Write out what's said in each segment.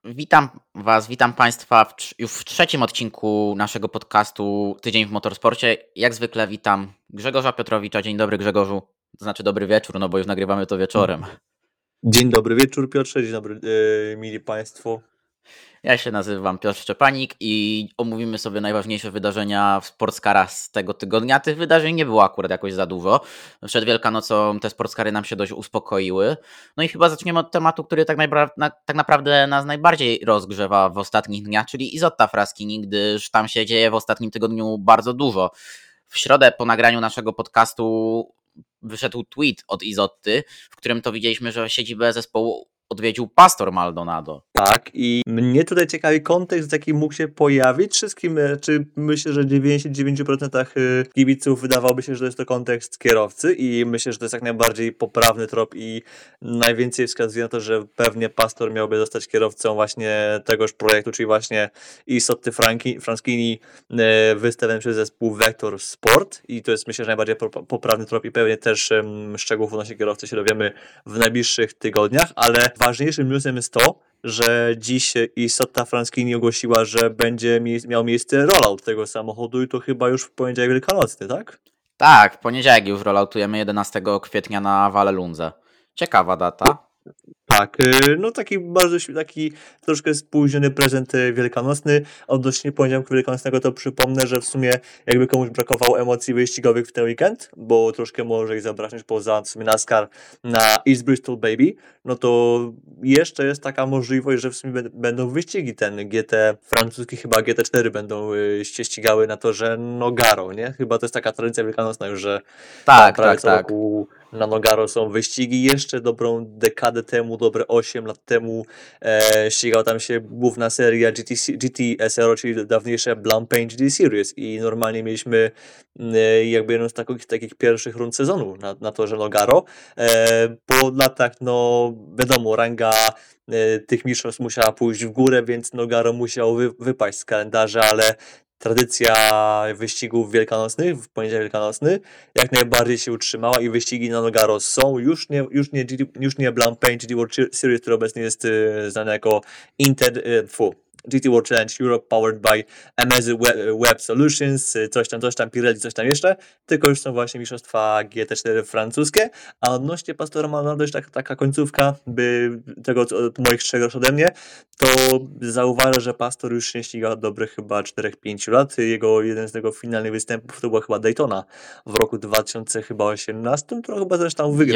Witam Państwa już w trzecim odcinku naszego podcastu Tydzień w Motorsporcie. Jak zwykle witam Grzegorza Piotrowicza. Dzień dobry, Grzegorzu. To znaczy dobry wieczór, no bo już nagrywamy to wieczorem. Dzień dobry wieczór, Piotrze, dzień dobry mili Państwo. Ja się nazywam Piotr Szczepanik i omówimy sobie najważniejsze wydarzenia w Sportscarach z tego tygodnia. Tych wydarzeń nie było akurat jakoś za dużo. Przed Wielkanocą te Sportscary nam się dość uspokoiły. No i chyba zaczniemy od tematu, który tak naprawdę nas najbardziej rozgrzewa w ostatnich dniach, czyli Isotta Fraschini, gdyż tam się dzieje w ostatnim tygodniu bardzo dużo. W środę po nagraniu naszego podcastu wyszedł tweet od Isotty, w którym to widzieliśmy, że siedzibę zespołu odwiedził Pastor Maldonado. Tak, i mnie tutaj ciekawi kontekst, jaki mógł się pojawić wszystkim, czy myślę, że w 99% kibiców wydawałoby się, że to jest to kontekst kierowcy i myślę, że to jest jak najbardziej poprawny trop i najwięcej wskazuje na to, że pewnie Pastor miałby zostać kierowcą właśnie tegoż projektu, czyli właśnie Isotty Fraschini wystawiony przez zespół Vector Sport i to jest myślę, że najbardziej poprawny trop i pewnie też szczegółów odnośnie kierowcy się dowiemy w najbliższych tygodniach, ale ważniejszym newsem jest to, że dziś Isotta Fraschini ogłosiła, że będzie miał miejsce rollout tego samochodu i to chyba już w poniedziałek wielkanocny, tak? Tak, w poniedziałek już rolloutujemy 11 kwietnia na Vallelunze. Ciekawa data. Tak, no taki troszkę spóźniony prezent wielkanocny. Odnośnie poniedziałku wielkanocnego to przypomnę, że w sumie jakby komuś brakowało emocji wyścigowych w ten weekend, bo troszkę może ich zabraknąć poza w sumie NASCAR na East Bristol Baby, no to jeszcze jest taka możliwość, że w sumie będą wyścigi ten GT francuski, chyba GT4 będą się ścigały na torze Nogaro, nie? Chyba to jest taka tradycja wielkanocna już, że Tak. co roku na Nogaro są wyścigi. Jeszcze dobrą dekadę temu, dobre 8 lat temu ścigała tam się główna seria GT SRO, czyli dawniejsze Blancpain GT Series i normalnie mieliśmy jakby jedną z takich pierwszych rund sezonu na torze Nogaro. Po latach, no wiadomo, ranga tych mistrzostw musiała pójść w górę, więc Nogaro musiał wypaść z kalendarza, ale tradycja wyścigów wielkanocnych, w poniedziałek wielkanocny, jak najbardziej się utrzymała i wyścigi na Nogaro są. Już nie Blancpain GT World Series, który obecnie jest znany jako GT World Challenge Europe powered by Amazon Web Solutions, coś tam, Pirelli, coś tam jeszcze, tylko już są właśnie mistrzostwa GT4 francuskie, a odnośnie Pastora Maldonado jeszcze taka końcówka, tego od moich 3 groszy ode mnie, to zauważę, że Pastor już nie ściga od dobrych chyba 4-5 lat. Jeden z jego finalnych występów to była chyba Daytona w roku 2018, to chyba zresztą wygrał.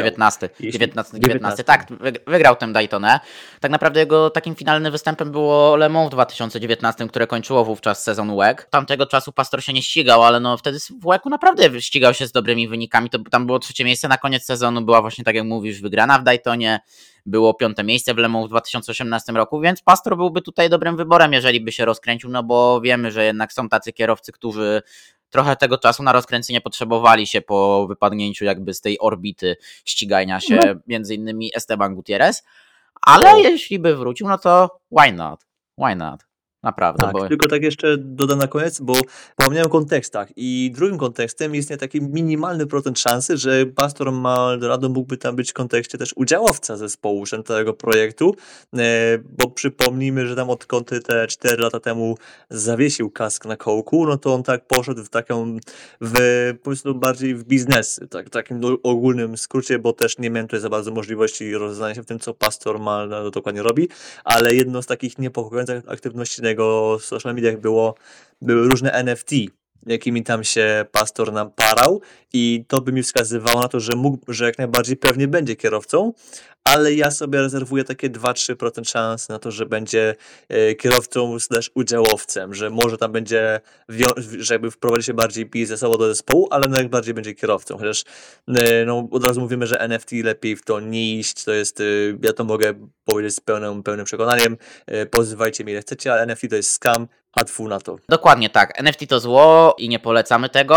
19, tak, wygrał tę Daytonę. Tak naprawdę jego takim finalnym występem było Le Mans w 2019, które kończyło wówczas sezon WEC. Tamtego czasu Pastor się nie ścigał, ale no wtedy w WEC-u naprawdę ścigał się z dobrymi wynikami. To tam było 3. miejsce na koniec sezonu, była właśnie tak jak mówisz wygrana w Daytonie, było 5. miejsce w Le Mans w 2018 roku, więc Pastor byłby tutaj dobrym wyborem, jeżeli by się rozkręcił, no bo wiemy, że jednak są tacy kierowcy, którzy trochę tego czasu na rozkręcenie potrzebowali się po wypadnięciu jakby z tej orbity ścigania się, między innymi Esteban Gutierrez, ale jeśli by wrócił, no to why not? Why not? Naprawdę. Tak, tylko tak jeszcze dodam na koniec, bo pomniałem o kontekstach i drugim kontekstem jest taki minimalny procent szansy, że Pastor Maldonado mógłby tam być w kontekście też udziałowca zespołu tego projektu, bo przypomnijmy, że tam odkąd te 4 lata temu zawiesił kask na kołku, no to on tak poszedł powiedzmy bardziej w biznes, tak, takim ogólnym skrócie, bo też nie miałem tutaj za bardzo możliwości rozeznania się w tym, co Pastor Maldonado dokładnie robi, ale jedną z takich niepokojących aktywności na jego social mediach były różne NFT, jakimi tam się Pastor nam parał i to by mi wskazywało na to, że jak najbardziej pewnie będzie kierowcą, ale ja sobie rezerwuję takie 2-3% szans na to, że będzie kierowcą / udziałowcem, że może tam będzie, że jakby wprowadzi się bardziej biznesowo do zespołu, ale najbardziej będzie kierowcą, chociaż no, od razu mówimy, że NFT lepiej w to nie iść, to jest, ja to mogę powiedzieć z pełnym przekonaniem, pozywajcie mnie ile chcecie, ale NFT to jest scam, a tfu na to. Dokładnie tak, NFT to zło i nie polecamy tego.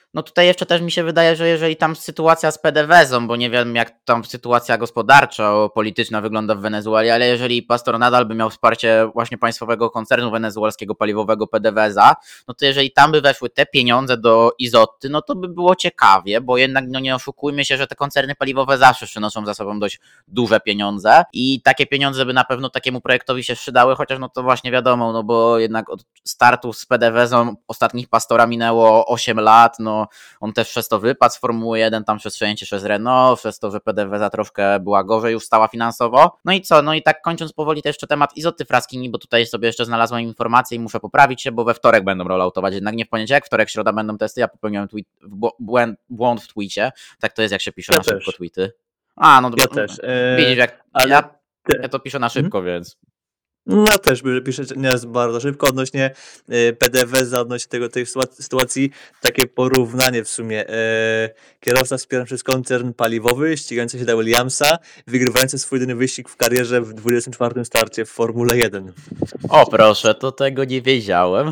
No tutaj jeszcze też mi się wydaje, że jeżeli tam sytuacja z PDVSą, bo nie wiem jak tam sytuacja gospodarcza, polityczna wygląda w Wenezueli, ale jeżeli Pastor nadal by miał wsparcie właśnie państwowego koncernu wenezuelskiego paliwowego PDVSA, no to jeżeli tam by weszły te pieniądze do Izotty, no to by było ciekawie, bo jednak no nie oszukujmy się, że te koncerny paliwowe zawsze przynoszą za sobą dość duże pieniądze i takie pieniądze by na pewno takiemu projektowi się przydały, chociaż no to właśnie wiadomo, no bo jednak od startu z PDVSą ostatnich Pastora minęło 8 lat, no on też przez to wypadł z Formuły 1, tam przez przejęcie przez Renault, przez to, że PDVSA troszkę była gorzej już stała finansowo. No i co? No i tak kończąc powoli to jeszcze temat Izotty Fraschini, bo tutaj sobie jeszcze znalazłem informację i muszę poprawić się, bo we wtorek będą rolloutować, jednak nie w poniedziałek, wtorek, środa będą testy, ja popełniłem błąd w tweetie. Tak to jest, jak się pisze na szybko tweety. A, no Ja też. Widzisz, jak Ale ja to piszę na szybko, więc... No też piszę nie jest bardzo szybko odnośnie PDVSA, odnośnie tej sytuacji, takie porównanie w sumie. Kierowca wspierany przez koncern paliwowy, ścigający się dla Williamsa, wygrywający swój jedyny wyścig w karierze w 24 starcie w Formule 1. O proszę, to tego nie wiedziałem.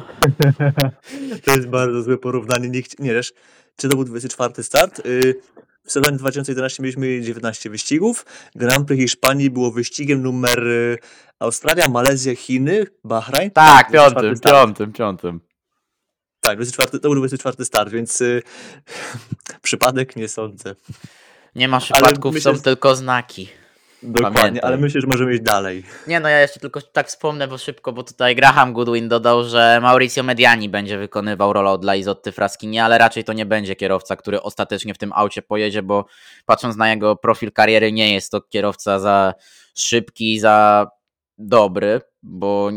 To jest bardzo złe porównanie. Nie wiesz, czy to był 24 start? W sezonie 2011 mieliśmy 19 wyścigów. Grand Prix Hiszpanii było wyścigiem numer Australia, Malezja, Chiny, Bahrajn. Tak, 24 start. piątym. Tak, 24, to był 24 start, więc przypadek nie sądzę. Nie ma przypadków, myślę, są tylko znaki. Dokładnie, Pamiętaj. ale myślę, że możemy iść dalej. Nie no, ja jeszcze tylko tak wspomnę, bo szybko, bo tutaj Graham Goodwin dodał, że Mauricio Mediani będzie wykonywał rollout dla Izotty Fraschini, ale raczej to nie będzie kierowca, który ostatecznie w tym aucie pojedzie, bo patrząc na jego profil kariery, nie jest to kierowca za szybki, za dobry, bo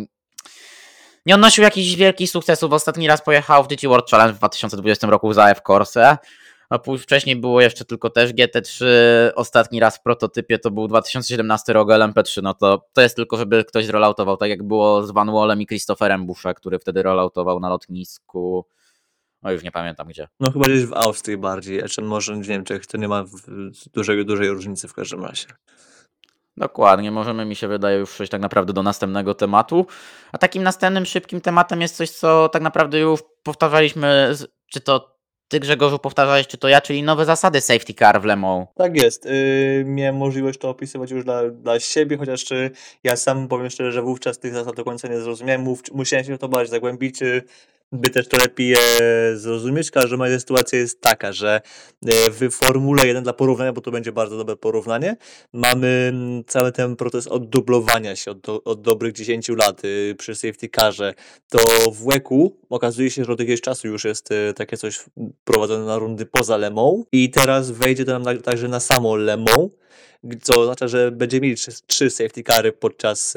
nie odnosił jakichś wielkich sukcesów. Ostatni raz pojechał w GT World Challenge w 2020 roku za F-Corse. A wcześniej było jeszcze tylko też GT3, ostatni raz w prototypie to był 2017 rok LMP3, no to jest tylko, żeby ktoś zrolautował, tak jak było z Van Wallem i Christopherem Bushem, który wtedy rolautował na lotnisku, no już nie pamiętam gdzie. No chyba gdzieś w Austrii bardziej, a może w Niemczech, to nie ma dużej różnicy w każdym razie. Dokładnie, możemy, mi się wydaje, już przejść tak naprawdę do następnego tematu, a takim następnym szybkim tematem jest coś, co tak naprawdę już powtarzaliśmy, czy to ty, Grzegorzu, powtarzałeś, czy to ja, czyli nowe zasady safety car w Le Mans. Tak jest. Miałem możliwość to opisywać już dla siebie, chociaż ja sam powiem szczerze, że wówczas tych zasad do końca nie zrozumiałem. Musiałem się w to bardziej zagłębić, by też to lepiej zrozumieć. W każdym razie sytuacja jest taka, że w Formule 1 dla porównania, bo to będzie bardzo dobre porównanie, mamy cały ten proces oddublowania się od dobrych 10 lat przy safety carze. To w WEC-u okazuje się, że od jakiegoś czasu już jest takie coś prowadzone na rundy poza Le Mans i teraz wejdzie to nam także na samo Le Mans, co oznacza, że będziemy mieli 3 safety cary podczas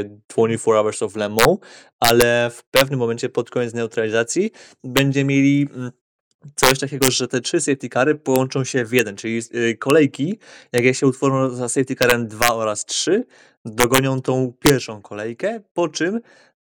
24 Hours of Le Mans, ale w pewnym momencie pod koniec neutralizacji będziemy mieli coś takiego, że te 3 safety cary połączą się w jeden, czyli kolejki, jak się utworzą za safety carem 2 oraz 3, dogonią tą pierwszą kolejkę, po czym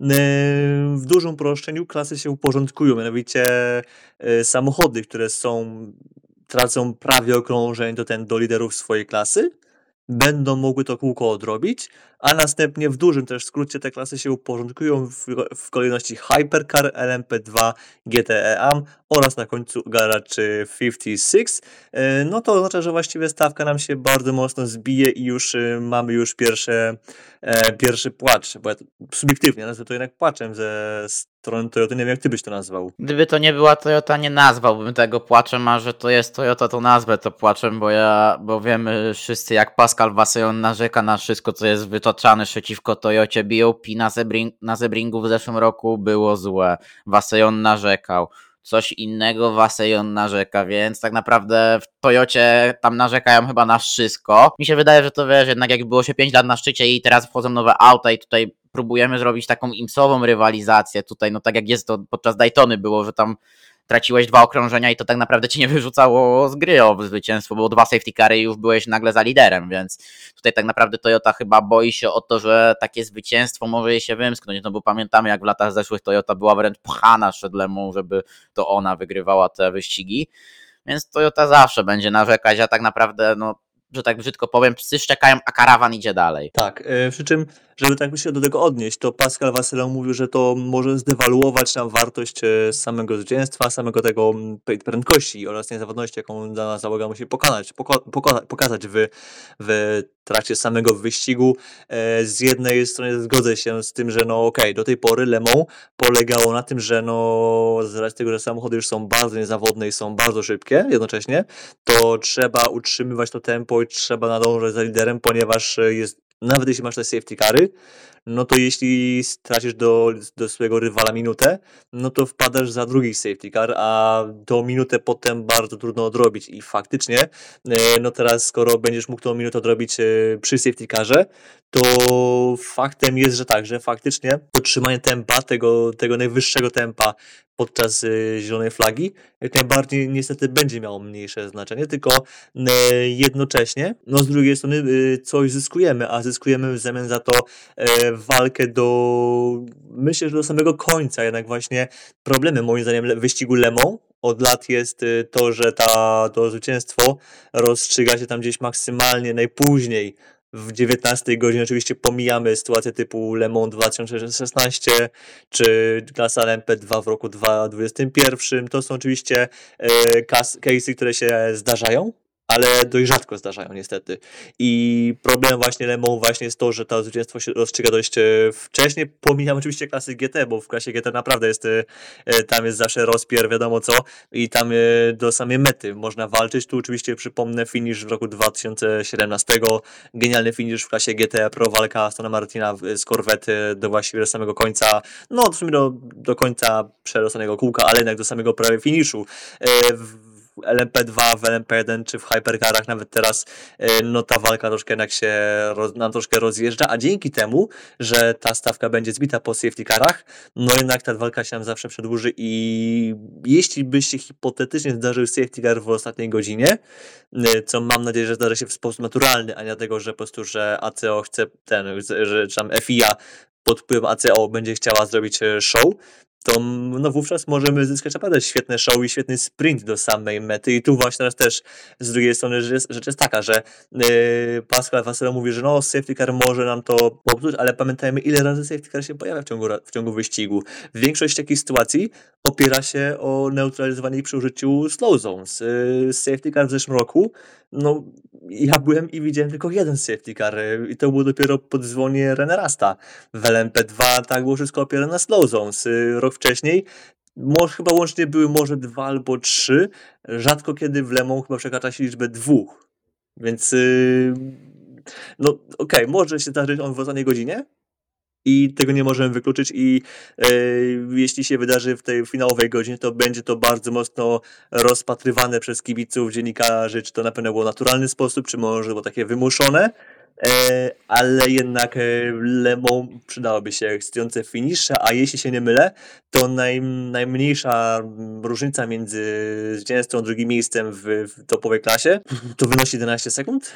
w dużym uproszczeniu klasy się uporządkują, mianowicie samochody, które tracą prawie okrążeń do liderów swojej klasy, będą mogły to kółko odrobić, a następnie w dużym też skrócie te klasy się uporządkują w kolejności Hypercar, LMP2, GTE AM oraz na końcu Garage 56. No to oznacza, że właściwie stawka nam się bardzo mocno zbije i już mamy już pierwszy płacz, bo ja subiektywnie nazwę to jednak płaczem ze strony Toyoty, nie wiem jak ty byś to nazwał. Gdyby to nie była Toyota, nie nazwałbym tego płaczem, a że to jest Toyota, to nazwę to płaczem, bo wiemy wszyscy, jak Pascal Vasseon narzeka na wszystko, co jest wytoczane przeciwko Toyocie. BOP na Sebringu w zeszłym roku było złe. Vasseon narzekał. Coś innego Vasseon narzeka, więc tak naprawdę w Toyocie tam narzekają chyba na wszystko. Mi się wydaje, że to wiesz, jednak jak było się 5 lat na szczycie i teraz wchodzą nowe auta i tutaj próbujemy zrobić taką imsową rywalizację. Tutaj no tak jak jest to podczas Daytony było, że tam traciłeś 2 okrążenia i to tak naprawdę cię nie wyrzucało z gry o zwycięstwo, bo 2 safety cary i już byłeś nagle za liderem, więc tutaj tak naprawdę Toyota chyba boi się o to, że takie zwycięstwo może jej się wymsknąć, no bo pamiętamy jak w latach zeszłych Toyota była wręcz pchana przed Le Mans, żeby to ona wygrywała te wyścigi, więc Toyota zawsze będzie narzekać, a tak naprawdę no, że tak brzydko powiem, psy szczekają, a karawan idzie dalej. Tak, przy czym żeby tak się do tego odnieść, to Pascal Vasselon mówił, że to może zdewaluować nam wartość samego zwycięstwa, samego tego prędkości oraz niezawodności, jaką dana załoga musi pokazać w trakcie samego wyścigu. Z jednej strony zgodzę się z tym, że no okej, do tej pory Le Mans polegało na tym, że no z racji tego, że samochody już są bardzo niezawodne i są bardzo szybkie jednocześnie, to trzeba utrzymywać to tempo i trzeba nadążać za liderem, ponieważ nawet jeśli masz te safety cary, no to jeśli stracisz do swojego rywala minutę, no to wpadasz za drugi safety car, a tą minutę potem bardzo trudno odrobić i faktycznie, no teraz skoro będziesz mógł tą minutę odrobić przy safety carze, to faktem jest, że tak, że faktycznie utrzymanie tempa, tego najwyższego tempa podczas zielonej flagi, jak najbardziej niestety będzie miało mniejsze znaczenie, tylko jednocześnie, no z drugiej strony coś zyskujemy, a zyskujemy w zamian za to walkę myślę, że do samego końca, jednak właśnie problemem moim zdaniem wyścigu Le Mans od lat jest to, że to zwycięstwo rozstrzyga się tam gdzieś maksymalnie najpóźniej w 19 godzinie. Oczywiście pomijamy sytuację typu Le Mans 2016 czy klasa LMP2 w roku 2021. To są oczywiście case'y, które się zdarzają, ale dość rzadko zdarzają niestety. I problem właśnie Le Mans właśnie jest to, że to zwycięstwo się rozstrzyga dość wcześnie. Pomijam oczywiście klasy GT, bo w klasie GT naprawdę tam jest zawsze rozpier, wiadomo co, i tam do samej mety można walczyć. Tu oczywiście przypomnę finish w roku 2017, genialny finish w klasie GT Pro, walka Astona Martina z Corvette do właściwie do samego końca, no w sumie do końca przedostanego kółka, ale jednak do samego prawie finiszu. W LMP2, w LMP1 czy w Hypercarach nawet teraz no ta walka troszkę jednak się nam troszkę rozjeżdża, a dzięki temu, że ta stawka będzie zbita po safety carach, no jednak ta walka się nam zawsze przedłuży i jeśli by się hipotetycznie zdarzył safety car w ostatniej godzinie, co mam nadzieję, że zdarzy się w sposób naturalny, a nie dlatego, że po prostu, że ACO chce że tam FIA pod wpływem ACO będzie chciała zrobić show, to no wówczas możemy zyskać naprawdę świetne show i świetny sprint do samej mety. I tu właśnie teraz też z drugiej strony rzecz jest taka, że Pascal Vasselon mówi, że no safety car może nam to popsuć, ale pamiętajmy, ile razy safety car się pojawia w ciągu wyścigu. Większość takich sytuacji opiera się o neutralizowanie przy użyciu slow zones. Safety car w zeszłym roku, no ja byłem i widziałem tylko jeden safety car i to było dopiero po dzwonie René Rasta. W LMP2 tak było wszystko opierane na slow zones. Rok wcześniej chyba łącznie były może 2 albo 3. Rzadko kiedy w Le Mans chyba przekracza się liczbę 2. Więc no okej, może się zdarzyć on w ostatniej godzinie i tego nie możemy wykluczyć i jeśli się wydarzy w tej finałowej godzinie, to będzie to bardzo mocno rozpatrywane przez kibiców, dziennikarzy, czy to na pewno było naturalny sposób, czy może było takie wymuszone. Ale jednak Le Mans przydałoby się ekscytujące finisze, a jeśli się nie mylę, to najmniejsza różnica między zwycięzcą a drugim miejscem w topowej klasie to wynosi 11 sekund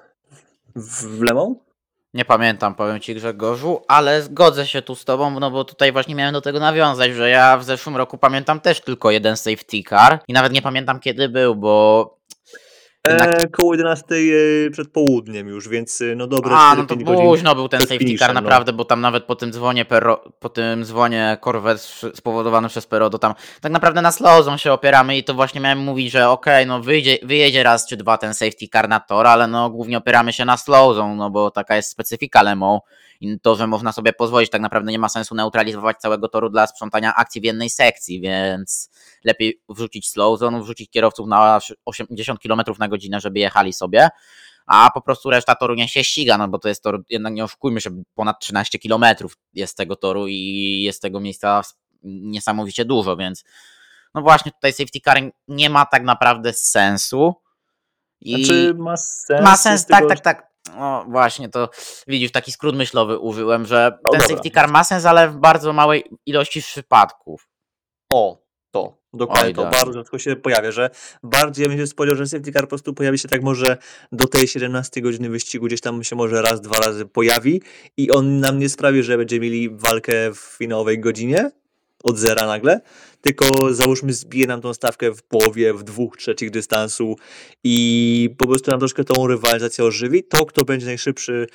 w Le Mans. Nie pamiętam, powiem Ci, Grzegorzu, ale zgodzę się tu z Tobą, no bo tutaj właśnie miałem do tego nawiązać, że ja w zeszłym roku pamiętam też tylko jeden safety car i nawet nie pamiętam kiedy był, bo koło 11 przed południem już, więc no dobre 4-5 no to godzin późno był ten przed safety finiszem, car naprawdę, bo tam nawet po tym dzwonie Corvette spowodowany przez Perodo, tam tak naprawdę na slowzone się opieramy i to właśnie miałem mówić, że okej, no wyjedzie raz czy dwa ten safety car na tor, ale no głównie opieramy się na slowzone, no bo taka jest specyfika Le Mans i to, że można sobie pozwolić, tak naprawdę nie ma sensu neutralizować całego toru dla sprzątania akcji w jednej sekcji, więc lepiej wrzucić slowzone, wrzucić kierowców na 80 km na godzinę, żeby jechali sobie, a po prostu reszta toru nie się ściga, no bo to jest tor, jednak nie oszukujmy się, ponad 13 km jest tego toru i jest tego miejsca niesamowicie dużo, więc no właśnie tutaj safety car nie ma tak naprawdę sensu. Znaczy ma sens? Ma sens, tak. No właśnie, to widzisz, taki skrót myślowy użyłem, że ten safety car ma sens, ale w bardzo małej ilości przypadków. Dokładnie to bardzo rzadko się pojawia, że bardziej ja bym się spodziewał, że safety car po prostu pojawi się tak może do tej 17 godziny wyścigu, gdzieś tam się może raz, dwa razy pojawi i on nam nie sprawi, że będziemy mieli walkę w finałowej godzinie od zera nagle, tylko załóżmy zbije nam tą stawkę w połowie, w 2/3 dystansu i po prostu nam troszkę tą rywalizację ożywi. To, kto będzie najszybszy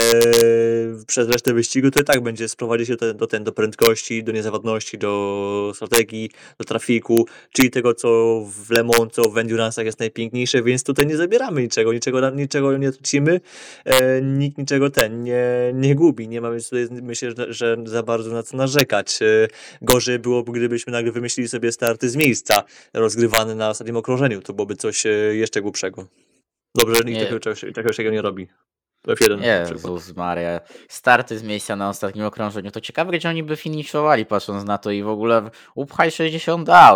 przez resztę wyścigu, to i tak będzie sprowadzić się do prędkości, do niezawodności, do strategii, do trafiku, czyli tego, co w Le Mans, co w Endurance'ach jest najpiękniejsze, więc tutaj nie zabieramy niczego nie tracimy, nikt niczego nie gubi, nie ma, więc tutaj myślę, że za bardzo na co narzekać. Gorzej byłoby, gdybyśmy nagle wymyślili sobie starty z miejsca rozgrywane na ostatnim okrążeniu, to byłoby coś jeszcze głupszego. Dobrze, że nikt takiego nie robi. F1 na przykład. Jezus Maria. Starty z miejsca na ostatnim okrążeniu. To ciekawe, gdzie oni by finiszowali, patrząc na to i w ogóle upchaj 60 aut.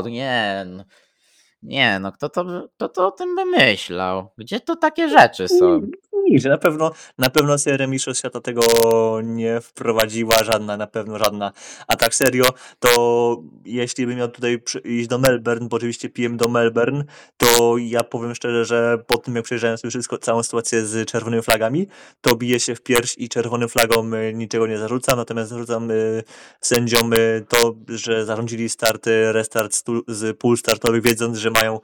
Nie, no kto to o tym by myślał? Gdzie to takie rzeczy są? Nigdzie. Na pewno seria Mistrzostw Świata tego nie wprowadziła, na pewno żadna. A tak serio, to jeśli bym miał tutaj iść do Melbourne, bo oczywiście pijem do Melbourne, to ja powiem szczerze, że po tym jak przejrzałem sobie całą sytuację z czerwonymi flagami, to biję się w pierś i czerwonym flagom niczego nie zarzucam, natomiast zarzucam sędziom to, że zarządzili restart z pól startowych, wiedząc, że mają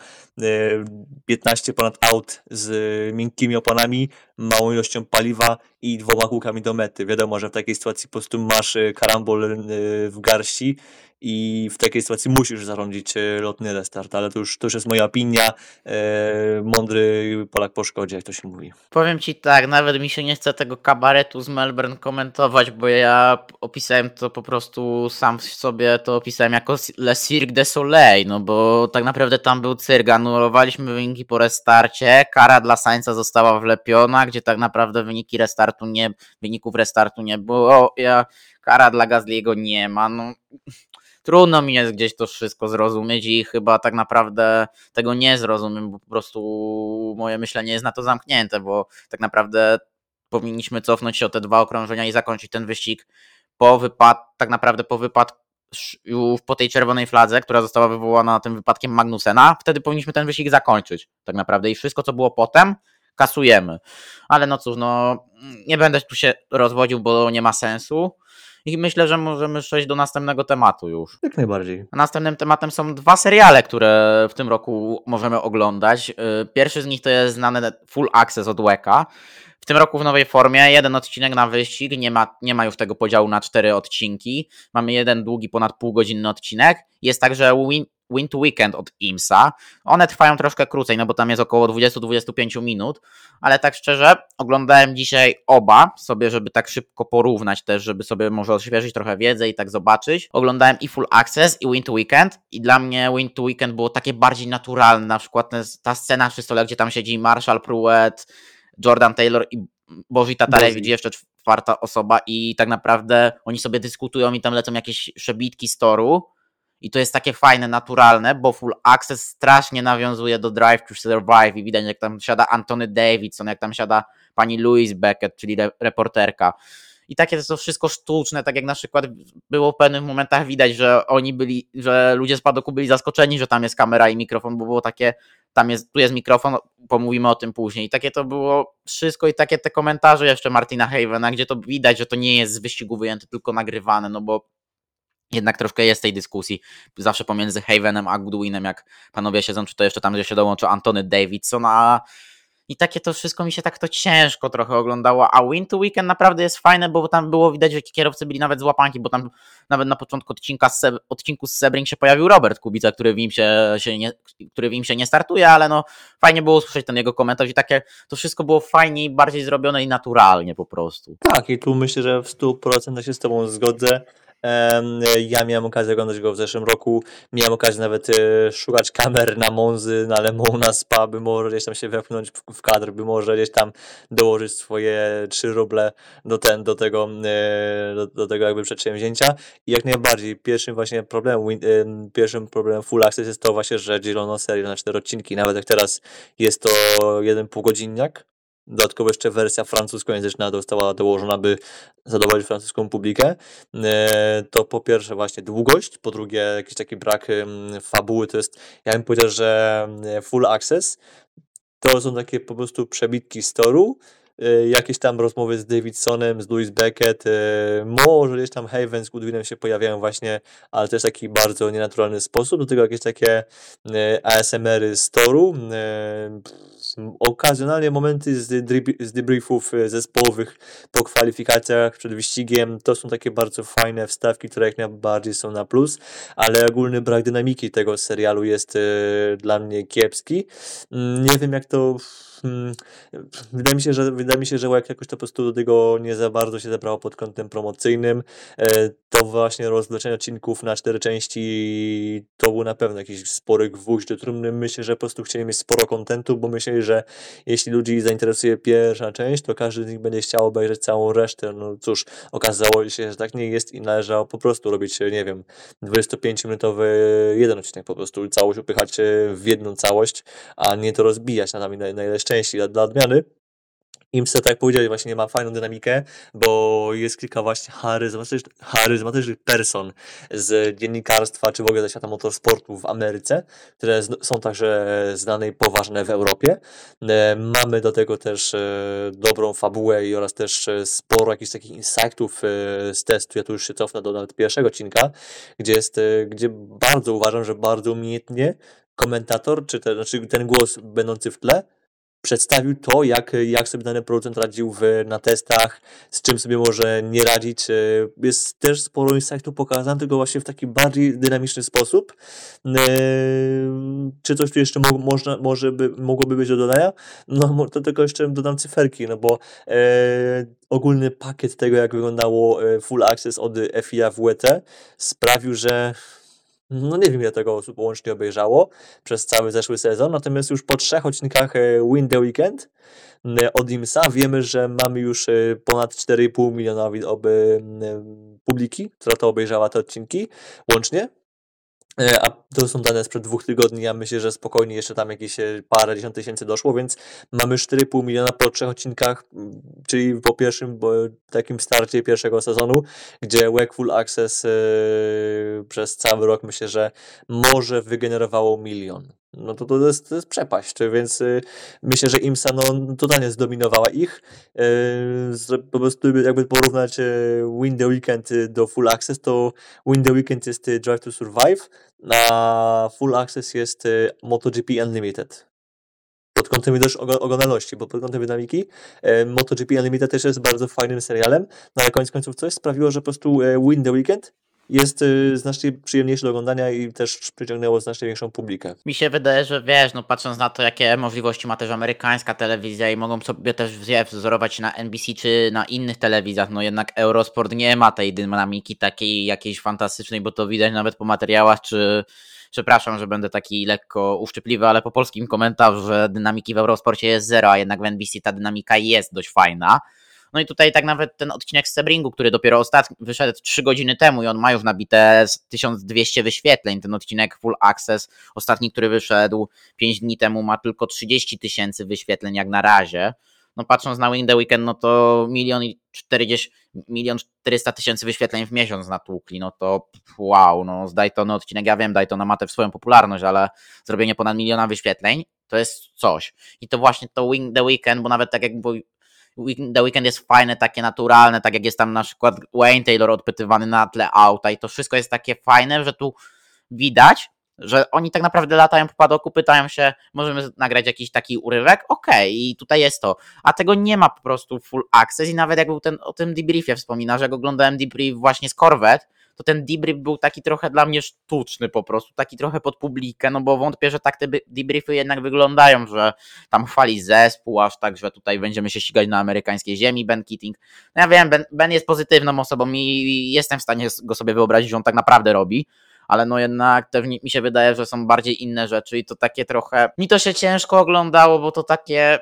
15 ponad aut z miękkimi oponami, małą ilością paliwa i 2 kółkami do mety. Wiadomo, że w takiej sytuacji po prostu masz karambol w garści i w takiej sytuacji musisz zarządzić lotny restart, ale to już jest moja opinia. Mądry Polak po szkodzie, jak to się mówi. Powiem ci tak, nawet mi się nie chce tego kabaretu z Melbourne komentować, bo ja opisałem to po prostu sam sobie, to opisałem jako Le Cirque du Soleil, no bo tak naprawdę tam był cyrk, anulowaliśmy wyniki po restarcie, kara dla Sainza została wlepiona, gdzie tak naprawdę wyników restartu nie było, kara dla Gasly'ego nie ma, no trudno mi jest gdzieś to wszystko zrozumieć i chyba tak naprawdę tego nie zrozumiem, bo po prostu moje myślenie jest na to zamknięte, bo tak naprawdę powinniśmy cofnąć się o te 2 okrążenia i zakończyć ten wyścig tak naprawdę po tej czerwonej fladze, która została wywołana tym wypadkiem Magnusena, wtedy powinniśmy ten wyścig zakończyć tak naprawdę i wszystko co było potem kasujemy. Ale no cóż, no nie będę tu się rozwodził, bo nie ma sensu. I myślę, że możemy przejść do następnego tematu już. Jak najbardziej. A następnym tematem są 2 seriale, które w tym roku możemy oglądać. Pierwszy z nich to jest znany Full Access od WEKA. W tym roku w nowej formie, 1 odcinek na wyścig, nie ma już tego podziału na 4 odcinki. Mamy jeden długi, ponad półgodzinny odcinek. Jest także Win to Weekend od IMSA. One trwają troszkę krócej, no bo tam jest około 20-25 minut, ale tak szczerze oglądałem dzisiaj oba sobie, żeby tak szybko porównać też, żeby sobie może odświeżyć trochę wiedzę i tak zobaczyć. Oglądałem i Full Access i Win to Weekend i dla mnie Win to Weekend było takie bardziej naturalne, na przykład ta scena przy stole, gdzie tam siedzi Marshall Pruett, Jordan Taylor i Boży Tatarewicz, jeszcze 4. osoba i tak naprawdę oni sobie dyskutują i tam lecą jakieś przebitki z toru. I to jest takie fajne, naturalne, bo Full Access strasznie nawiązuje do Drive to Survive i widać jak tam siada Anthony Davidson, jak tam siada pani Louise Beckett, czyli reporterka. I takie to wszystko sztuczne, tak jak na przykład było w pewnych momentach widać, że ludzie z padoku byli zaskoczeni, że tam jest kamera i mikrofon, bo było takie, tu jest mikrofon, pomówimy o tym później. I takie to było wszystko i takie te komentarze jeszcze Martina Havena, gdzie to widać, że to nie jest z wyścigu wyjęte, tylko nagrywane, no bo jednak troszkę jest tej dyskusji zawsze pomiędzy Havenem a Goodwinem, jak panowie siedzą, czy to jeszcze tam, gdzie się dołączy Anthony Davidson, i takie to wszystko mi się tak to ciężko trochę oglądało, a Win to Weekend naprawdę jest fajne, bo tam było widać, że kierowcy byli nawet z łapanki, bo tam nawet na początku odcinku z Sebring się pojawił Robert Kubica, który w IMSie nie startuje, ale no fajnie było usłyszeć ten jego komentarz i takie to wszystko było fajnie i bardziej zrobione i naturalnie po prostu. Tak, i tu myślę, że w 100% się z tobą zgodzę. Ja miałem okazję oglądać go w zeszłym roku, miałem okazję nawet szukać kamer na Monzy, na Le Mans, na Spa, by może gdzieś tam się wepchnąć w kadr, by może gdzieś tam dołożyć swoje 3 ruble do tego jakby przedsięwzięcia. I jak najbardziej pierwszym problemem Full Access jest to właśnie, że dzielono serię na 4 odcinki, nawet jak teraz jest to 1 półgodzinniak. Dodatkowo jeszcze wersja francuskojęzyczna została dołożona, by zadowolić francuską publikę. To po pierwsze właśnie długość, po drugie jakiś taki brak fabuły, to jest, ja bym powiedział, że Full Access to są takie po prostu przebitki z toru, jakieś tam rozmowy z Davidsonem, z Louis Beckett, może gdzieś tam Haven z Goodwinem się pojawiają właśnie, ale też w taki bardzo nienaturalny sposób, do tego jakieś takie ASMR-y z toru, okazjonalnie momenty z debriefów zespołowych po kwalifikacjach przed wyścigiem, to są takie bardzo fajne wstawki, które jak najbardziej są na plus, ale ogólny brak dynamiki tego serialu jest dla mnie kiepski. Nie wiem jak to... Wydaje mi się, że jak jakoś to po prostu do tego nie za bardzo się zebrało pod kątem promocyjnym. To właśnie rozwleczenie odcinków na 4 części to był na pewno jakiś spory gwóźdź do trumny. Myślę, że po prostu chcieli mieć sporo kontentu, bo myśleli, że jeśli ludzi zainteresuje pierwsza część, to każdy z nich będzie chciał obejrzeć całą resztę. No cóż, okazało się, że tak nie jest i należało po prostu robić, nie wiem, 25-minutowy jeden odcinek po prostu, całość upychać w jedną całość, a nie to rozbijać na ileś części dla odmiany. IMSA, tak jak powiedziałeś, właśnie ma fajną dynamikę, bo jest kilka właśnie charyzmatycznych person z dziennikarstwa, czy w ogóle ze świata motorsportu w Ameryce, które są także znane i poważne w Europie. Mamy do tego też dobrą fabułę oraz też sporo jakichś takich insightów z testu. Ja tu już się cofnę do nawet pierwszego odcinka, gdzie bardzo uważam, że bardzo umiejętnie komentator, znaczy ten głos będący w tle, przedstawił to, jak sobie dany producent radził na testach, z czym sobie może nie radzić. Jest też sporo insightów pokazane, tylko właśnie w taki bardziej dynamiczny sposób. Czy coś tu jeszcze mogłoby być do dodania? No to tylko jeszcze dodam cyferki, no bo ogólny pakiet tego, jak wyglądało Full Access od FIA w WT sprawił, że no nie wiem, ile tego osób łącznie obejrzało przez cały zeszły sezon, natomiast już po 3 odcinkach Win the Weekend od IMSA wiemy, że mamy już ponad 4,5 miliona publiki, która to obejrzała te odcinki łącznie. A to są dane sprzed 2 tygodni, ja myślę, że spokojnie jeszcze tam jakieś parę dziesiąt tysięcy doszło, więc mamy 4,5 miliona po 3 odcinkach, czyli po pierwszym takim starcie pierwszego sezonu, gdzie WEC Full Access przez cały rok myślę, że może wygenerowało 1 milion. No to jest przepaść, więc myślę, że IMSA totalnie zdominowała ich. Po prostu jakby porównać Win the Weekend do Full Access, to Win the Weekend jest Drive to Survive, a Full Access jest MotoGP Unlimited. Pod kątem też oglądalności, bo pod kątem dynamiki MotoGP Unlimited też jest bardzo fajnym serialem, no ale koniec końców coś sprawiło, że po prostu Win the Weekend jest znacznie przyjemniejszy do oglądania i też przyciągnęło znacznie większą publikę. Mi się wydaje, że wiesz, no patrząc na to, jakie możliwości ma też amerykańska telewizja i mogą sobie też wzorować się na NBC czy na innych telewizjach, no jednak Eurosport nie ma tej dynamiki takiej jakiejś fantastycznej, bo to widać nawet po materiałach, czy przepraszam, że będę taki lekko uszczypliwy, ale po polskim komentarzu, że dynamiki w Eurosporcie jest zero, a jednak w NBC ta dynamika jest dość fajna. No i tutaj tak nawet ten odcinek z Sebringu, który dopiero ostatnio wyszedł 3 godziny temu i on ma już nabite 1200 wyświetleń. Ten odcinek Full Access, ostatni, który wyszedł 5 dni temu, ma tylko 30 000 wyświetleń jak na razie. No patrząc na Win the Weekend, no to 1 400 000 wyświetleń w miesiąc natłukli, no to wow, no z Daytona odcinek, ja wiem, Daytona ma tę swoją popularność, ale zrobienie ponad 1 miliona wyświetleń to jest coś. I to właśnie to Win the Weekend, bo nawet tak jak The Weekend jest fajne, takie naturalne, tak jak jest tam na przykład Wayne Taylor odpytywany na tle auta i to wszystko jest takie fajne, że tu widać, że oni tak naprawdę latają po padoku, pytają się, możemy nagrać jakiś taki urywek? Okej, i tutaj jest to. A tego nie ma po prostu Full Access i nawet jak był o tym debriefie wspomina, że jak oglądałem debrief właśnie z Corvette, to ten debrief był taki trochę dla mnie sztuczny po prostu, taki trochę pod publikę, no bo wątpię, że tak te debriefy jednak wyglądają, że tam chwali zespół, aż tak, że tutaj będziemy się ścigać na amerykańskiej ziemi, Ben Keating. No ja wiem, Ben jest pozytywną osobą i jestem w stanie go sobie wyobrazić, że on tak naprawdę robi, ale no jednak mi się wydaje, że są bardziej inne rzeczy i to takie trochę, mi to się ciężko oglądało, bo to takie...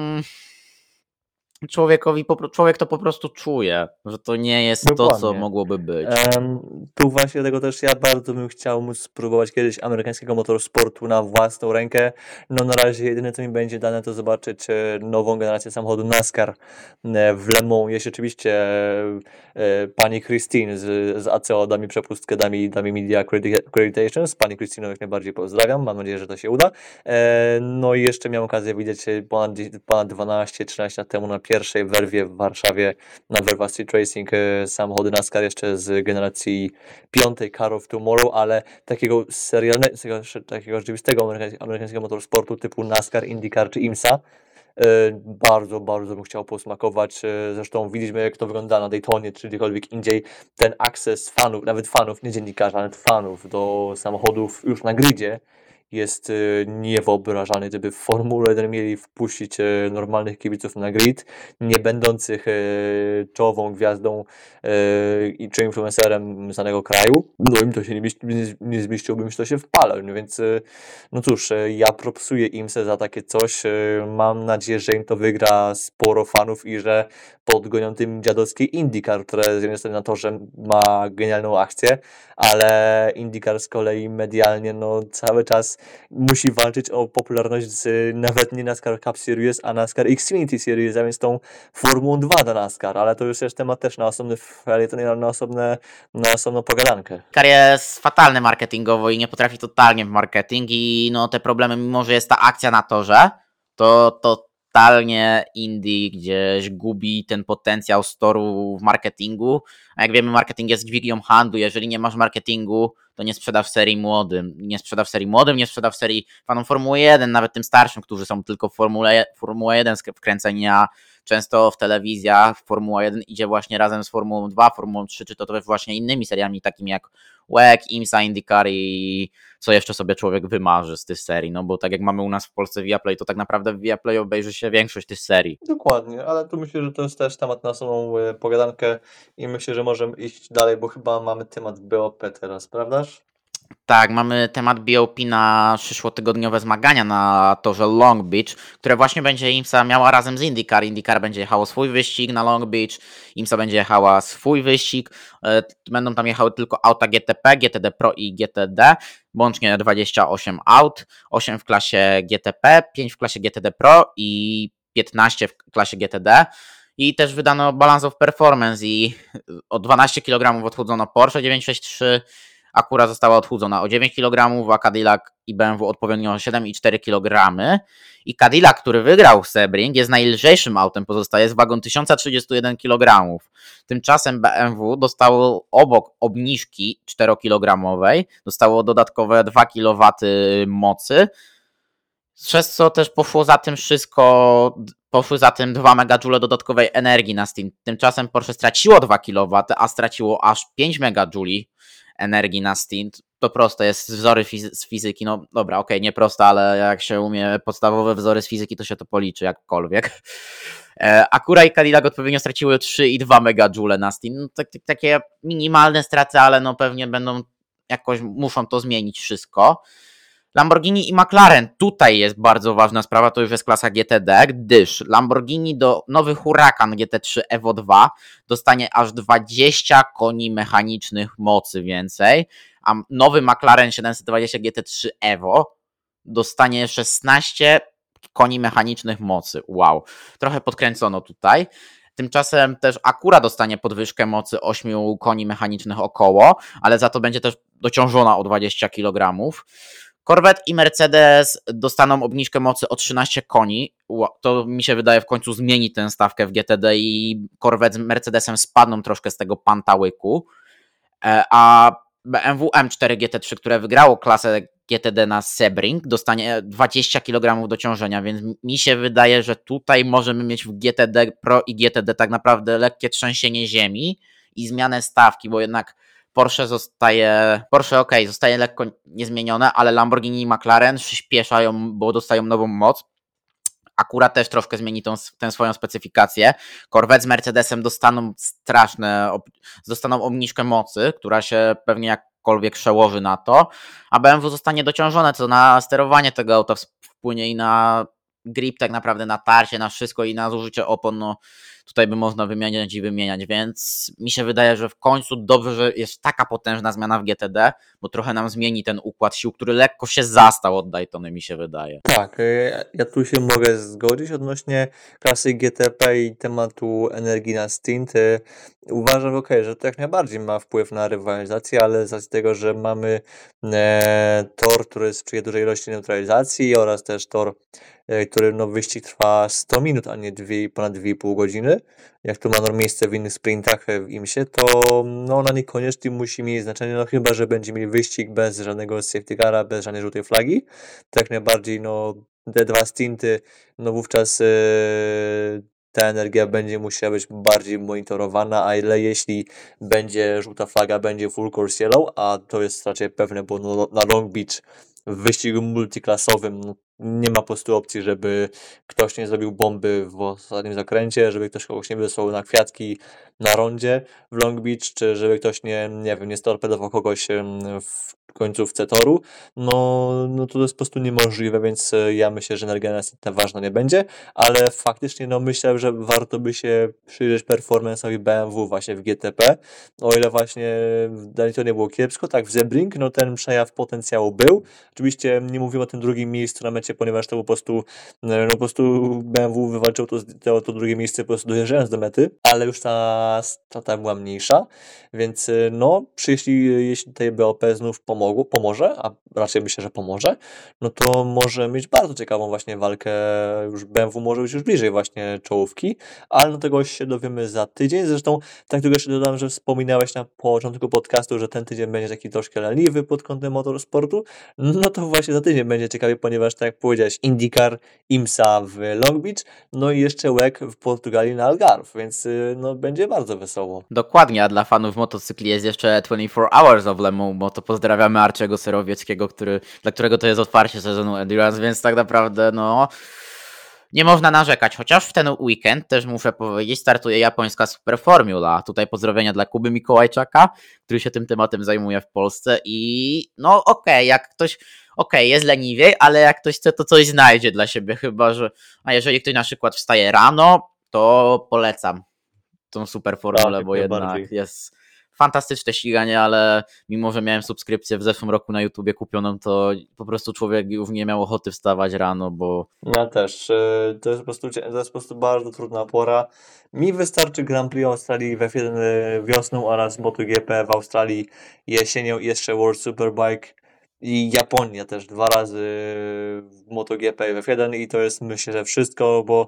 Człowiek to po prostu czuje, że to nie jest Dokładnie. to, co mogłoby być. Tu właśnie dlatego też ja bardzo bym chciał móc spróbować kiedyś amerykańskiego motorsportu na własną rękę. No na razie jedyne, co mi będzie dane, to zobaczyć nową generację samochodu NASCAR w Le Mans. Jeśli oczywiście pani Christine z ACO da mi przepustkę, da mi Media Accreditations. Pani Christine jak najbardziej pozdrawiam, mam nadzieję, że to się uda. No i jeszcze miałem okazję widzieć ponad 12-13 lat temu na pierwszej werwie w Warszawie na Verva Street Racing samochody NASCAR jeszcze z generacji 5 Car of Tomorrow, ale takiego takiego rzeczywistego amerykańskiego motorsportu typu NASCAR, IndyCar czy IMSA bardzo, bardzo bym chciał posmakować. Zresztą widzieliśmy, jak to wygląda na Daytonie czy gdziekolwiek indziej. Ten akces fanów, nawet fanów, nie dziennikarzy, ale fanów do samochodów już na gridzie jest niewyobrażalny. Gdyby w Formule 1 mieli wpuścić normalnych kibiców na grid, nie będących czołową gwiazdą czy influencerem z danego kraju, no im to się nie zmieściłoby, że to się wpala. No więc no cóż, ja propsuję IMSE za takie coś. Mam nadzieję, że im to wygra sporo fanów i że podgonią tym dziadowskiej IndyCar, które z jednej strony na to, że ma genialną akcję, ale IndyCar z kolei medialnie no cały czas musi walczyć o popularność z nawet nie NASCAR Cup Series, a NASCAR Xfinity Series, a więc tą Formułą 2 do NASCAR, ale to już jest temat też na osobny felieton, na osobną pogadankę. NASCAR jest fatalny marketingowo i nie potrafi totalnie w marketing i no te problemy, mimo że jest ta akcja na torze, to totalnie Indy gdzieś gubi ten potencjał z toru w marketingu, a jak wiemy, marketing jest dźwignią handlu. Jeżeli nie masz marketingu, to nie sprzedasz serii młodym, nie sprzedasz serii fanom Formuły 1, nawet tym starszym, którzy są tylko w Formułę 1 wkręceni, a często w telewizjach Formuła 1 idzie właśnie razem z Formułą 2, Formułą 3, czy to też właśnie innymi seriami takimi jak WEC, IMSA, IndyCar i co jeszcze sobie człowiek wymarzy z tych serii, no bo tak jak mamy u nas w Polsce Viaplay, to tak naprawdę w Viaplay obejrzy się większość tych serii. Dokładnie, ale tu myślę, że to jest też temat na osobną pogadankę i myślę, że możemy iść dalej, bo chyba mamy temat BOP teraz, prawdaż? Tak, mamy temat BOP na przyszłotygodniowe zmagania na torze Long Beach, które właśnie będzie IMSA miała razem z IndyCar. IndyCar będzie jechało swój wyścig na Long Beach, IMSA będzie jechała swój wyścig. Będą tam jechały tylko auta GTP, GTD Pro i GTD, łącznie 28 aut, 8 w klasie GTP, 5 w klasie GTD Pro i 15 w klasie GTD. I też wydano Balance of Performance i o 12 kg odchudzono Porsche 963, Acura została odchudzona o 9 kg, a Cadillac i BMW odpowiednio o 7,4 kg. I Cadillac, który wygrał Sebring, jest najlżejszym autem, pozostaje z wagą 1031 kg. Tymczasem BMW dostało obok obniżki 4-kilogramowej, dostało dodatkowe 2 kW mocy, przez co też poszły za tym 2 MJ dodatkowej energii na Steam. Tymczasem Porsche straciło 2 kW, a straciło aż 5 MJ energii na stint. To proste jest, wzory z fizyki, no dobra, okej, nie proste, ale jak się umie podstawowe wzory z fizyki, to się to policzy jakkolwiek. Acura i Cadillac odpowiednio straciły 3 i 2 MJ na stint. No, takie minimalne straty, ale no pewnie będą jakoś, muszą to zmienić wszystko. Lamborghini i McLaren, tutaj jest bardzo ważna sprawa, to już jest klasa GTD, gdyż Lamborghini nowy Huracan GT3 Evo 2 dostanie aż 20 koni mechanicznych mocy więcej, a nowy McLaren 720 GT3 Evo dostanie 16 koni mechanicznych mocy. Wow, trochę podkręcono tutaj. Tymczasem też Acura dostanie podwyżkę mocy 8 koni mechanicznych około, ale za to będzie też dociążona o 20 kg. Corvette i Mercedes dostaną obniżkę mocy o 13 koni. To mi się wydaje w końcu zmieni tę stawkę w GTD i Corvette z Mercedesem spadną troszkę z tego pantałyku. A BMW M4 GT3, które wygrało klasę GTD na Sebring, dostanie 20 kg dociążenia, więc mi się wydaje, że tutaj możemy mieć w GTD Pro i GTD tak naprawdę lekkie trzęsienie ziemi i zmianę stawki, bo jednak Porsche zostaje lekko niezmienione, ale Lamborghini i McLaren przyspieszają, bo dostają nową moc. Acura też troszkę zmieni tę swoją specyfikację. Corvette z Mercedesem dostaną obniżkę mocy, która się pewnie jakkolwiek przełoży na to, a BMW zostanie dociążone, co na sterowanie tego auta wpłynie i na grip, tak naprawdę na tarcie, na wszystko i na zużycie opon, no tutaj by można wymieniać, więc mi się wydaje, że w końcu dobrze, że jest taka potężna zmiana w GTD, bo trochę nam zmieni ten układ sił, który lekko się zastał od Daytony, mi się wydaje. Tak, ja tu się mogę zgodzić odnośnie klasy GTP i tematu energii na stint. Uważam, że to jak najbardziej ma wpływ na rywalizację, ale z racji tego, że mamy tor, który sprzyja dużej ilości neutralizacji oraz też tor który no wyścig trwa 100 minut, a nie ponad 2,5 godziny, jak to ma miejsce w innych sprintach w IMSie, to no ona niekoniecznie musi mieć znaczenie, no chyba, że będzie mieli wyścig bez żadnego safety cara, bez żadnej żółtej flagi. Tak najbardziej no te dwa stinty, no wówczas ta energia będzie musiała być bardziej monitorowana, a ile jeśli będzie żółta flaga, będzie full course yellow, a to jest raczej pewne, bo no, na Long Beach w wyścigu multiklasowym no, nie ma po prostu opcji, żeby ktoś nie zrobił bomby w ostatnim zakręcie, żeby ktoś kogoś nie wysłał na kwiatki na rondzie w Long Beach, czy żeby ktoś nie wiem, nie storpedował kogoś w końcówce toru, no to jest po prostu niemożliwe, więc ja myślę, że energia następna ważna nie będzie, ale faktycznie no myślę, że warto by się przyjrzeć performance'owi BMW właśnie w GTP, o ile właśnie w Daytonie było kiepsko, tak w Sebring, no ten przejaw potencjału był. Oczywiście nie mówimy o tym drugim miejscu na mecie, ponieważ to po prostu BMW wywalczył to drugie miejsce po prostu dojeżdżając do mety, ale już ta strata była mniejsza, więc no, jeśli tej BOP znów pomoże, a raczej myślę, że pomoże, no to może mieć bardzo ciekawą właśnie walkę, już BMW może być już bliżej właśnie czołówki, ale no tego się dowiemy za tydzień. Zresztą tak tylko jeszcze dodam, że wspominałeś na początku podcastu, że ten tydzień będzie taki troszkę leniwy pod kątem motorsportu, no to właśnie za tydzień będzie ciekawie, ponieważ tak jak powiedziałeś, IndyCar, IMSA w Long Beach, no i jeszcze WEC w Portugalii na Algarve, więc no będzie bardzo wesoło. Dokładnie, a dla fanów motocykli jest jeszcze 24 Hours of Le Mans, bo to pozdrawiamy Arczego Serowieckiego, dla którego to jest otwarcie sezonu Endurance, więc tak naprawdę no nie można narzekać, chociaż w ten weekend też muszę powiedzieć, startuje japońska Superformula. Tutaj pozdrowienia dla Kuby Mikołajczaka, który się tym tematem zajmuje w Polsce i no jak ktoś jest leniwiej, ale jak ktoś chce, to coś znajdzie dla siebie, chyba że, a jeżeli ktoś na przykład wstaje rano, to polecam tą Superformulę, bo jednak jest fantastyczne ściganie, ale mimo, że miałem subskrypcję w zeszłym roku na YouTubie kupioną, to po prostu człowiek już nie miał ochoty wstawać rano, bo... Ja też. To jest po prostu bardzo trudna pora. Mi wystarczy Grand Prix Australii w F1 wiosną oraz MotoGP w Australii jesienią i jeszcze World Superbike i Japonia też 2 razy w MotoGP i w F1 i to jest myślę, że wszystko, bo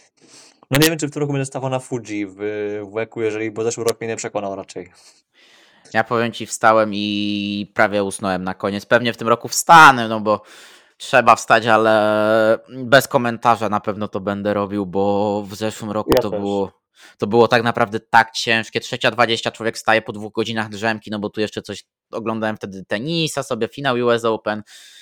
no nie wiem, czy w tym roku będę stawał na Fuji w WEC-u, bo zeszły rok mnie nie przekonał raczej. Ja powiem Ci, wstałem i prawie usnąłem na koniec. Pewnie w tym roku wstanę, no bo trzeba wstać, ale bez komentarza na pewno to będę robił, bo w zeszłym roku to było tak naprawdę tak ciężkie. 3:20 człowiek wstaje po 2 godzinach drzemki, no bo tu jeszcze coś oglądałem wtedy tenisa sobie, finał US Open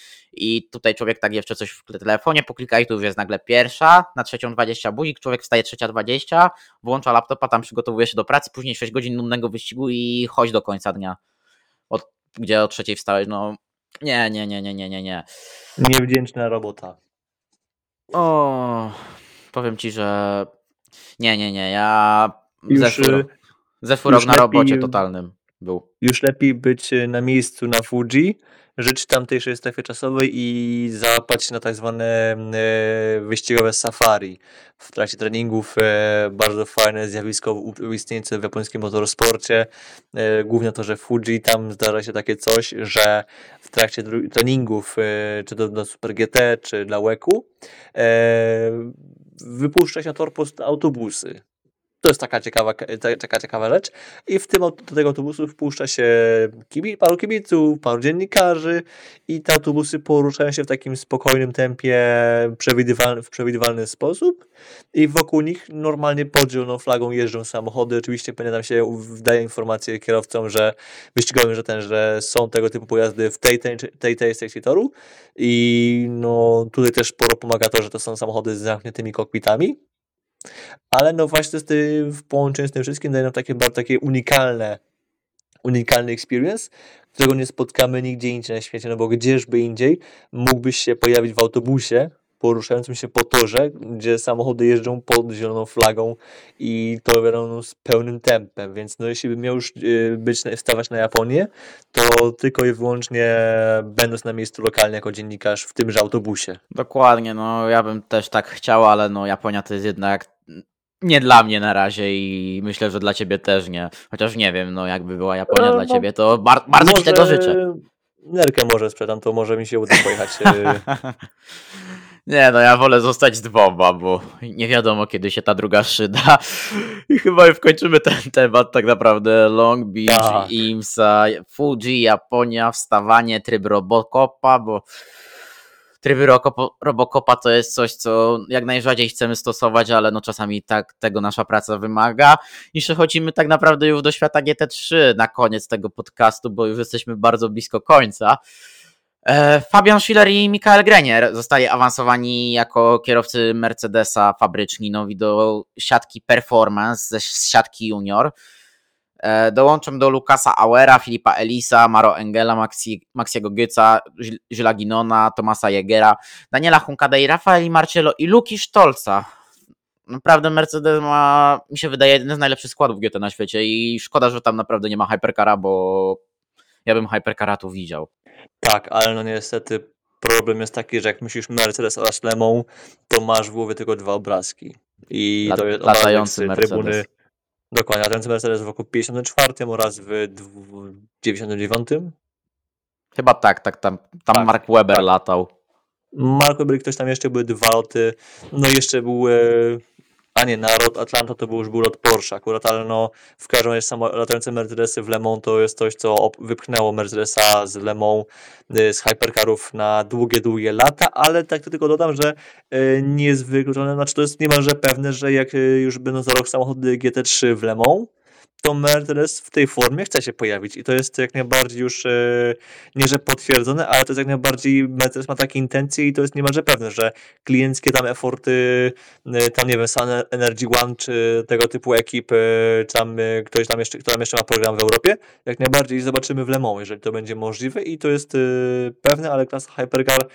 i tutaj człowiek tak jeszcze coś w telefonie poklika i tu już jest nagle pierwsza, na 3:20 budzik, człowiek wstaje 3:20, włącza laptopa, tam przygotowuje się do pracy, później 6 godzin nudnego wyścigu i chodź do końca dnia, gdzie o 3:00 wstałeś, no nie. Niewdzięczna robota. Powiem Ci, że nie, ja zeszły rok na robocie totalnym był. Już lepiej być na miejscu na Fuji, żyć w tamtejszej strefie czasowej i załapać się na tak zwane wyścigowe safari. W trakcie treningów bardzo fajne zjawisko istniejące w japońskim motorsporcie. Głównie to, że Fuji tam zdarza się takie coś, że w trakcie treningów, czy to dla Super GT, czy dla WEC-u, wypuszcza się na tor autobusy. To jest taka ciekawa rzecz. I do tego autobusu wpuszcza się paru kibiców, paru dziennikarzy i te autobusy poruszają się w takim spokojnym tempie, w przewidywalny sposób i wokół nich normalnie pod zieloną flagą jeżdżą samochody. Oczywiście tam się daje informacje kierowcom, że wyścigowym, że są tego typu pojazdy w tej sekcji toru i no tutaj też sporo pomaga to, że to są samochody z zamkniętymi kokpitami. Ale no właśnie w połączeniu z tym wszystkim daje nam takie unikalny experience, którego nie spotkamy nigdzie indziej na świecie, no bo gdzieżby indziej mógłbyś się pojawić w autobusie poruszającym się po torze, gdzie samochody jeżdżą pod zieloną flagą i to wiadomo z pełnym tempem, więc no jeśli bym miał już stawać na Japonię, to tylko i wyłącznie będąc na miejscu lokalnie jako dziennikarz w tymże autobusie. Dokładnie, no ja bym też tak chciał, ale no Japonia to jest jednak nie dla mnie na razie i myślę, że dla Ciebie też nie. Chociaż nie wiem, no jakby była Japonia dla Ciebie, to bardzo Ci tego życzę. Nerkę może sprzedam, to może mi się uda pojechać. Nie, no ja wolę zostać z dwoma, bo nie wiadomo kiedy się ta druga szyda. I chyba już kończymy ten temat tak naprawdę. Long Beach, Tak. IMSA, Fuji, Japonia, wstawanie, tryb Robocopa, bo tryby Robocopa to jest coś, co jak najrzadziej chcemy stosować, ale no czasami tak tego nasza praca wymaga. I przechodzimy tak naprawdę już do świata GT3 na koniec tego podcastu, bo już jesteśmy bardzo blisko końca. Fabian Schiller i Michael Grenier zostali awansowani jako kierowcy Mercedesa fabryczni nowi do siatki Performance z siatki Junior. Dołączą do Lukasa Auera, Filipa Elisa, Maro Engela, Maxiego Gyca, Gilles Ginona, Tomasa Jegera, Daniela Hunkada i Rafaeli Marcello i Luki Stolza. Naprawdę Mercedes ma, mi się wydaje, jeden z najlepszych składów GT na świecie i szkoda, że tam naprawdę nie ma Hypercara, bo ja bym Hypercara tu widział. Tak, ale no niestety problem jest taki, że jak myślisz Mercedes oraz Le Mans, to masz w głowie tylko dwa obrazki. I to jest latający obrazek z trybuny. Dokładnie, latający Mercedes w roku 54 oraz w 99. Chyba tak, tam Tak, Mark Webber tak. latał. Mark Webber, ktoś tam jeszcze, były dwa loty, no i jeszcze był, a nie, na lot Atlanta to już był lot Porsche akurat, ale no w każdym razie samo latające Mercedesy w Le Mans to jest coś, co wypchnęło Mercedesa z Le Mans, z hypercarów na długie lata, ale tak to tylko dodam, że nie jest wykluczone, znaczy to jest niemalże pewne, że jak już będą za rok samochody GT3 w Le Mans, to Mercedes w tej formie chce się pojawić i to jest jak najbardziej już nie że potwierdzone, ale to jest jak najbardziej Mercedes ma takie intencje i to jest niemalże pewne, że klienckie tam eforty, tam nie wiem, Sun Energy One czy tego typu ekipy, czy tam ktoś tam jeszcze, kto tam jeszcze ma program w Europie, jak najbardziej zobaczymy w Le Mans, jeżeli to będzie możliwe i to jest pewne, ale klasa Hypercar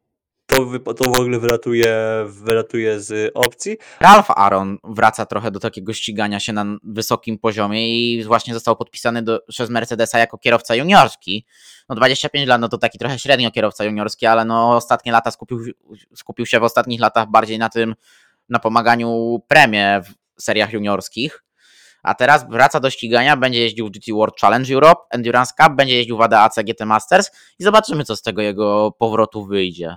to w ogóle wylatuje z opcji. Ralph Aron wraca trochę do takiego ścigania się na wysokim poziomie i właśnie został podpisany przez Mercedesa jako kierowca juniorski. No 25 lat, no to taki trochę średnio kierowca juniorski, ale no ostatnie lata skupił się w ostatnich latach bardziej na tym, na pomaganiu premie w seriach juniorskich. A teraz wraca do ścigania, będzie jeździł w GT World Challenge Europe, Endurance Cup, będzie jeździł w ADAC GT Masters i zobaczymy, co z tego jego powrotu wyjdzie.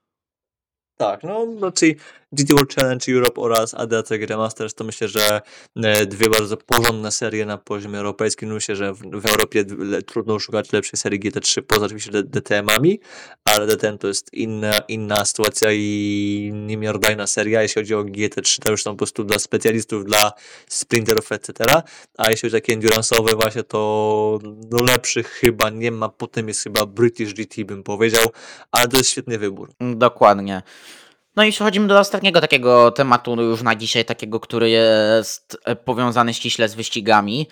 Tak, no raczej GT World Challenge Europe oraz ADAC GT Masters to myślę, że dwie bardzo porządne serie na poziomie europejskim. Myślę, że w Europie trudno szukać lepszej serii GT3 poza oczywiście DTM-ami, ale DTM to jest inna sytuacja i niemiarodajna seria. Jeśli chodzi o GT3, to już są po prostu dla specjalistów, dla sprinterów, etc. A jeśli chodzi o takie endurance'owe właśnie, to no lepszych chyba nie ma. Potem jest chyba British GT, bym powiedział, ale to jest świetny wybór. Dokładnie. No i przechodzimy do ostatniego takiego tematu już na dzisiaj, takiego, który jest powiązany ściśle z wyścigami.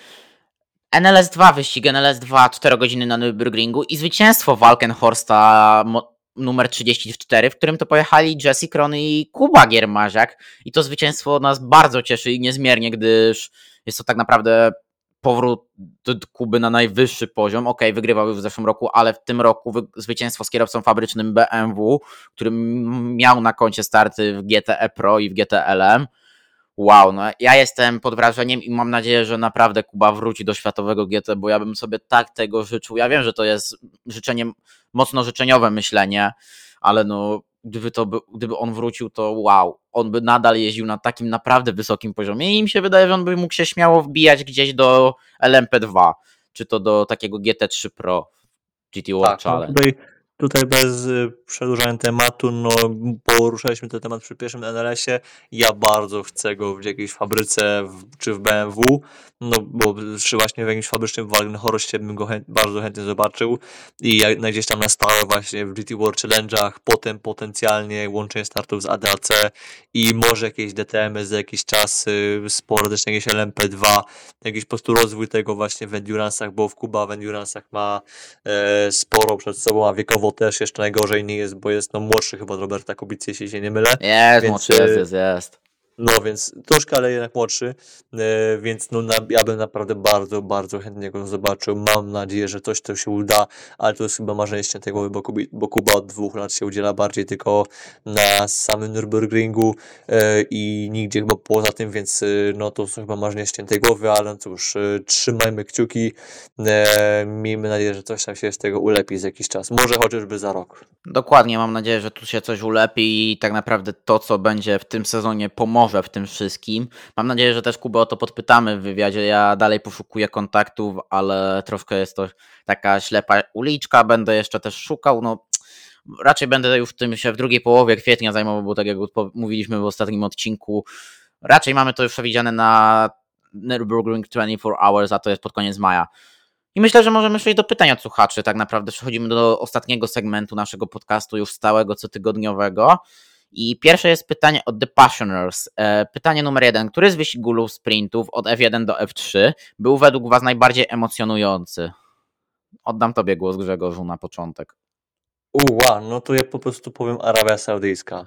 NLS2, wyścig NLS2, 4 godziny na Nürburgringu i zwycięstwo Walkenhorsta numer 34, w którym to pojechali Jesse Krohn i Kuba Giermaziak. I to zwycięstwo nas bardzo cieszy i niezmiernie, gdyż jest to tak naprawdę powrót do Kuby na najwyższy poziom. Okej, wygrywał już w zeszłym roku, ale w tym roku zwycięstwo z kierowcą fabrycznym BMW, który miał na koncie starty w GTE Pro i w GTLM. Wow, no ja jestem pod wrażeniem i mam nadzieję, że naprawdę Kuba wróci do światowego GT, bo ja bym sobie tak tego życzył. Ja wiem, że to jest życzenie, mocno życzeniowe myślenie, ale no gdyby on wrócił, to wow, on by nadal jeździł na takim naprawdę wysokim poziomie i mi się wydaje, że on by mógł się śmiało wbijać gdzieś do LMP2, czy to do takiego GT3 Pro, GT World Challenge. No tutaj bez przedłużania tematu, no poruszaliśmy ten temat przy pierwszym NLS-ie. Ja bardzo chcę go w jakiejś fabryce czy w BMW, no bo czy właśnie w jakimś fabrycznym Walkenhorście bym go bardzo chętnie zobaczył i gdzieś tam na stałe właśnie w GT World Challenge'ach, potem potencjalnie łączenie startów z ADAC i może jakieś DTM-y za jakiś czas, sporadycznie jakieś LMP2, jakiś po prostu rozwój tego właśnie w endurance'ach, bo w Kuba w endurance'ach ma sporo przed sobą, a wiekowo też jeszcze najgorzej nie jest, bo jest no młodszy chyba od Roberta Kubicy, jeśli się nie mylę. Jest, młodszy jest. No więc troszkę, ale jednak młodszy, więc no ja bym naprawdę bardzo, bardzo chętnie go zobaczył. Mam nadzieję, że coś to się uda, ale to jest chyba marzenie ściętej głowy, bo Kuba od 2 lat się udziela bardziej tylko na samym Nürburgringu i nigdzie chyba poza tym, więc no to są chyba marzenia ściętej głowy, ale no cóż, trzymajmy kciuki, miejmy nadzieję, że coś tam się z tego ulepi za jakiś czas, może chociażby za rok. Dokładnie, mam nadzieję, że tu się coś ulepi i tak naprawdę to, co będzie w tym sezonie, pomoże w tym wszystkim. Mam nadzieję, że też Kubę o to podpytamy w wywiadzie. Ja dalej poszukuję kontaktów, ale troszkę jest to taka ślepa uliczka. Będę jeszcze też szukał. No, raczej będę już tym się w drugiej połowie kwietnia zajmował, bo tak jak mówiliśmy w ostatnim odcinku, raczej mamy to już przewidziane na Nürburgring 24 Hours, a to jest pod koniec maja. I myślę, że możemy przejść do pytań od słuchaczy. Tak naprawdę przechodzimy do ostatniego segmentu naszego podcastu, już stałego, cotygodniowego. I pierwsze jest pytanie od The Passioners. Pytanie numer 1. Który z wyścigów sprintów od F1 do F3 był według Was najbardziej emocjonujący? Oddam Tobie głos, Grzegorzu, na początek. No to ja po prostu powiem Arabia Saudyjska.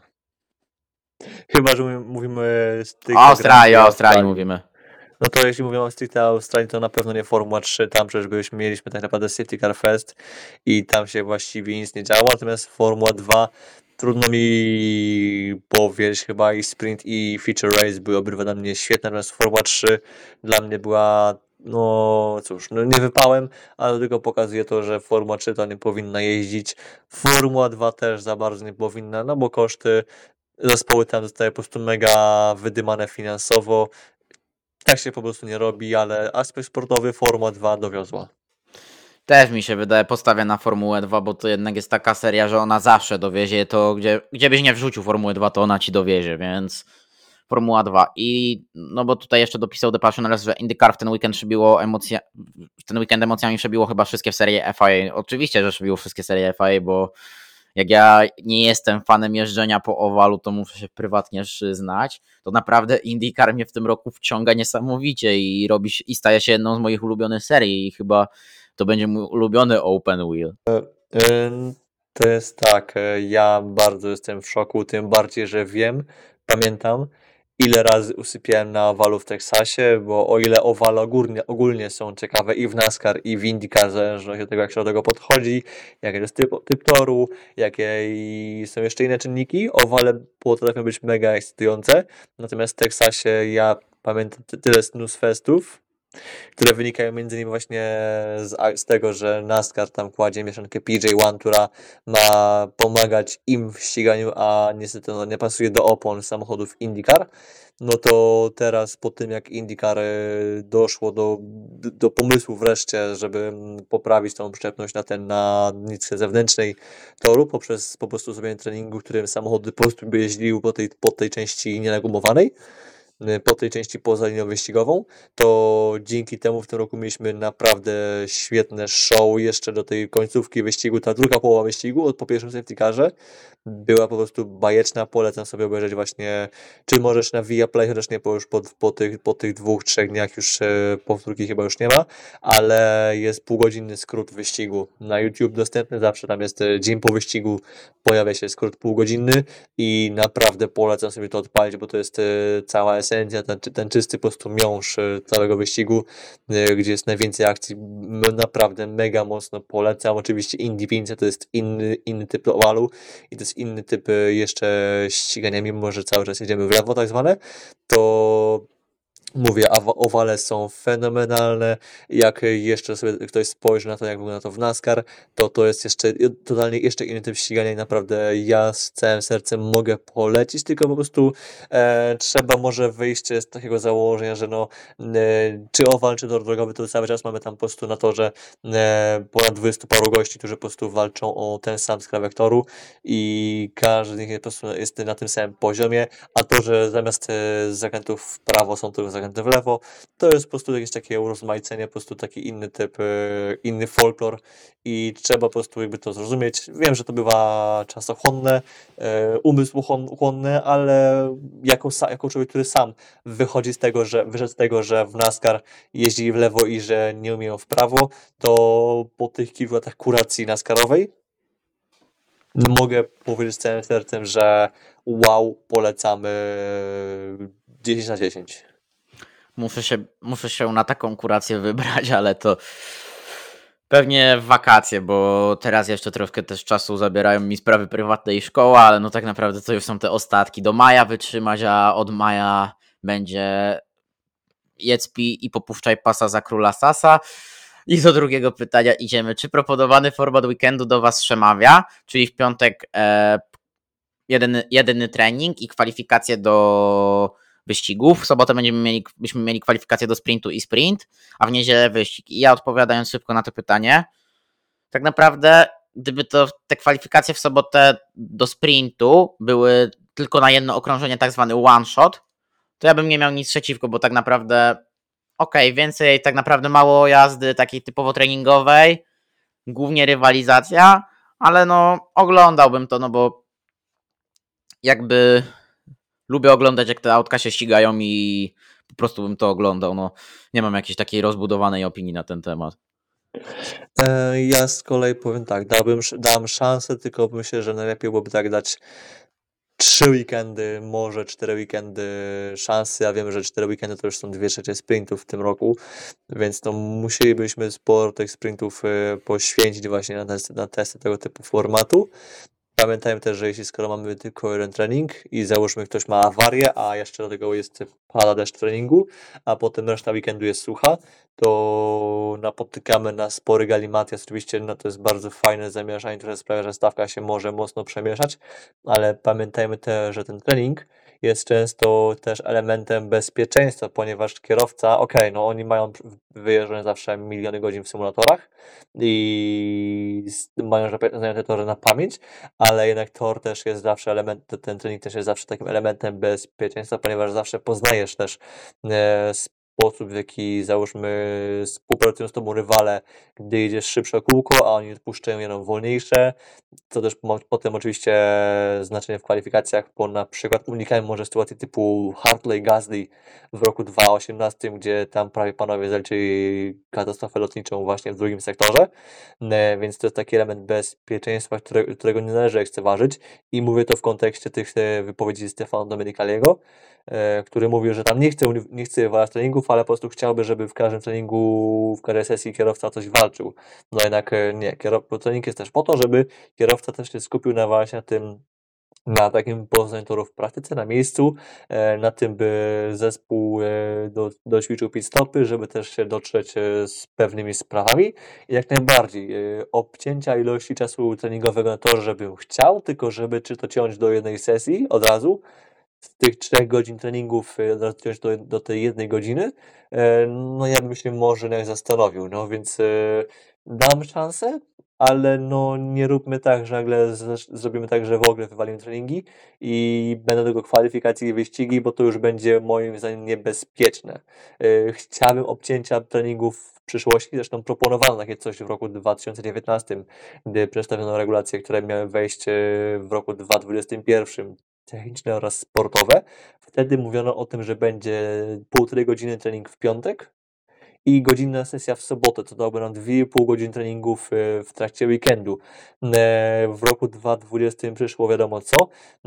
Chyba, że mówimy stricte Australii mówimy. No to jeśli mówimy o stricte Australii, to na pewno nie Formuła 3, tam przecież mieliśmy tak naprawdę Safety Car Fest i tam się właściwie nic nie działo, natomiast Formuła 2 trudno mi powiedzieć, chyba i sprint i feature race były obydwa dla mnie świetne, natomiast Formuła 3 dla mnie była, no cóż, no nie wypałem, ale tylko pokazuje to, że Formuła 3 to nie powinna jeździć, Formuła 2 też za bardzo nie powinna, no bo koszty, zespoły tam zostały po prostu mega wydymane finansowo. Tak się po prostu nie robi, ale aspekt sportowy Formuła 2 dowiozła. Też mi się wydaje, postawię na Formułę 2, bo to jednak jest taka seria, że ona zawsze dowiezie to, gdzie byś nie wrzucił Formuły 2, to ona ci dowiezie, więc Formuła 2. I no bo tutaj jeszcze dopisał The Passioners, że IndyCar w ten weekend emocjami przebiło chyba wszystkie serie FIA. Oczywiście, że przebiło wszystkie serie FIA, bo jak ja nie jestem fanem jeżdżenia po owalu, to muszę się prywatnie przyznać, to naprawdę IndyCar mnie w tym roku wciąga niesamowicie i staje się jedną z moich ulubionych serii i chyba to będzie mój ulubiony open wheel. To jest tak, ja bardzo jestem w szoku, tym bardziej, że pamiętam, ile razy usypiałem na owalu w Teksasie, bo o ile owale ogólnie są ciekawe i w NASCAR, i w IndyCar, zależnie od tego, jak się do tego podchodzi, jaki jest typ toru, jakie są jeszcze inne czynniki, owale potrafią być mega ekscytujące, natomiast w Teksasie ja pamiętam tyle snooze festów, które wynikają między innymi właśnie z tego, że NASCAR tam kładzie mieszankę PJ1, która ma pomagać im w ściganiu, a niestety nie pasuje do opon samochodów IndyCar. No to teraz po tym, jak IndyCar doszło do pomysłu wreszcie, żeby poprawić tą przyczepność na nitce zewnętrznej toru poprzez po prostu zrobienie treningu, w którym samochody po prostu by jeździły po tej części nienagumowanej, po tej części pozaliniową wyścigową, to dzięki temu w tym roku mieliśmy naprawdę świetne show jeszcze do tej końcówki wyścigu. Ta druga połowa wyścigu po pierwszym safety carze była po prostu bajeczna. Polecam sobie obejrzeć właśnie, czy możesz na Viaplay, chociaż nie, bo już po tych 2-3 dniach już powtórki chyba już nie ma, ale jest półgodzinny skrót wyścigu na YouTube dostępny, zawsze tam jest dzień po wyścigu, pojawia się skrót półgodzinny i naprawdę polecam sobie to odpalić, bo to jest cała esencja, ten czysty po prostu miąższ całego wyścigu, gdzie jest najwięcej akcji. Naprawdę mega mocno polecam. Oczywiście Indy 500 to jest inny typ owalu i to jest inny typ jeszcze ścigania, mimo że cały czas jedziemy w lewo tak zwane, to mówię, owale są fenomenalne. Jak jeszcze sobie ktoś spojrzy na to, jak wygląda to w NASCAR, to jest jeszcze totalnie jeszcze inny typ ścigania i naprawdę ja z całym sercem mogę polecić, tylko po prostu trzeba może wyjść z takiego założenia, że czy owal, czy tor drogowy, to cały czas mamy tam po prostu na torze ponad 20 paru gości, którzy po prostu walczą o ten sam skrawek toru i każdy z nich po prostu jest na tym samym poziomie, a to, że zamiast zakrętów w prawo są to zakręty w lewo, to jest po prostu jakieś takie urozmaicenie, po prostu taki inny typ, inny folklor i trzeba po prostu jakby to zrozumieć. Wiem, że to bywa czasochłonne, umysłochłonne, ale jako człowiek, który sam wyszedł z tego, że w NASCAR jeździ w lewo i że nie umieją w prawo, to po tych kilku latach kuracji NASCARowej mogę powiedzieć z całym sercem, że wow, polecamy 10/10. Muszę się na taką kurację wybrać, ale to pewnie w wakacje, bo teraz jeszcze troszkę też czasu zabierają mi sprawy prywatne i szkoła, ale no tak naprawdę to już są te ostatki. Do maja wytrzymać, a od maja będzie jedz, pij i popuszczaj pasa za króla Sasa. I do drugiego pytania idziemy. Czy proponowany format weekendu do Was przemawia? Czyli w piątek jedyny trening i kwalifikacje do wyścigów. W sobotę byśmy mieli kwalifikacje do sprintu i sprint, a w niedzielę wyścig. I ja odpowiadając szybko na to pytanie, tak naprawdę gdyby te kwalifikacje w sobotę do sprintu były tylko na jedno okrążenie, tak zwany one shot, to ja bym nie miał nic przeciwko, bo tak naprawdę więcej tak naprawdę mało jazdy takiej typowo treningowej, głównie rywalizacja, ale no oglądałbym to, no bo jakby lubię oglądać, jak te autka się ścigają i po prostu bym to oglądał, no nie mam jakiejś takiej rozbudowanej opinii na ten temat. Ja z kolei powiem tak, dam szansę, tylko myślę, że najlepiej byłoby tak dać 3 weekendy, może 4 weekendy szansy. Ja wiem, że 4 weekendy to już są 2/3 sprintów w tym roku, więc to musielibyśmy sporo tych sprintów poświęcić właśnie na testy tego typu formatu. Pamiętajmy też, że skoro mamy tylko jeden trening i załóżmy ktoś ma awarię, a jeszcze do tego pada deszcz treningu, a potem reszta weekendu jest sucha, to napotykamy na spory galimatias. Oczywiście no to jest bardzo fajne zamieszanie, które sprawia, że stawka się może mocno przemieszać, ale pamiętajmy też, że ten trening jest często też elementem bezpieczeństwa, ponieważ kierowca, no oni mają wyjeżdżone zawsze miliony godzin w symulatorach i mają znają te tory na pamięć, ale jednak tor też jest zawsze ten trening też jest zawsze takim elementem bezpieczeństwa, ponieważ zawsze poznajesz też sposób, w jaki załóżmy współpracują z tobą rywale, gdy jedziesz szybsze kółko, a oni puszczają jedno wolniejsze, co też potem oczywiście znaczenie w kwalifikacjach, bo na przykład unikajmy może sytuacji typu Hartley-Gasly w roku 2018, gdzie tam prawie panowie zaliczyli katastrofę lotniczą właśnie w drugim sektorze, więc to jest taki element bezpieczeństwa, którego nie należy lekceważyć i mówię to w kontekście tych wypowiedzi Stefana Domenicaliego, który mówił, że tam nie chce wywalać treningów, ale po prostu chciałby, żeby w każdym treningu, w każdej sesji kierowca coś walczył. No jednak nie, trening jest też po to, żeby kierowca też się skupił właśnie na takim poznaniu toru w praktyce, na miejscu, na tym, by zespół doćwiczył pit stopy, żeby też się dotrzeć z pewnymi sprawami. I jak najbardziej obcięcia ilości czasu treningowego na torze, żebym chciał, tylko żeby czy to ciąć do jednej sesji od razu, z tych 3 godzin treningów ciąć do tej 1 godziny, no ja bym się może zastanowił, no więc dam szansę, ale no nie róbmy tak, że nagle zrobimy tak, że w ogóle wywalimy treningi i będą tylko kwalifikacje i wyścigi, bo to już będzie moim zdaniem niebezpieczne. Chciałbym obcięcia treningów w przyszłości, zresztą proponowano takie coś w roku 2019, gdy przedstawiono regulacje, które miały wejść w roku 2021, techniczne oraz sportowe. Wtedy mówiono o tym, że będzie 1,5 godziny trening w piątek i godzinna sesja w sobotę, to dałoby nam 2,5 godziny treningów w trakcie weekendu. W roku 2020 przyszło wiadomo co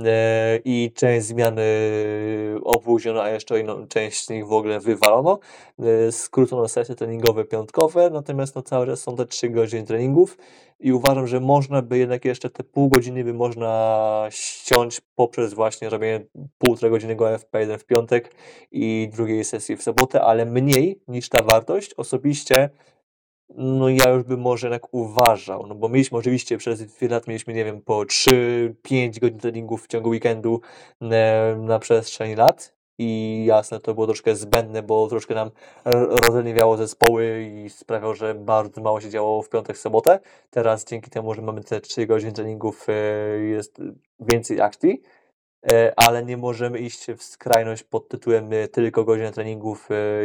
i część zmian opóźniono, a jeszcze inną część z nich w ogóle wywalono. Skrócono sesje treningowe piątkowe, natomiast no cały czas są te 3 godziny treningów i uważam, że można by jednak jeszcze te pół godziny by można ściąć poprzez właśnie robienie 1,5-godzinnego FP1 w piątek i drugiej sesji w sobotę, ale mniej niż ta wartość osobiście, no ja już bym może jednak uważał, no bo mieliśmy oczywiście przez wiele lat nie wiem, po 3-5 godzin treningów w ciągu weekendu na przestrzeni lat i jasne, to było troszkę zbędne, bo troszkę nam rozleniwiało zespoły i sprawiało, że bardzo mało się działo w piątek, sobotę. Teraz dzięki temu, że mamy te 3 godziny treningów jest więcej akcji, ale nie możemy iść w skrajność pod tytułem tylko godzina treningów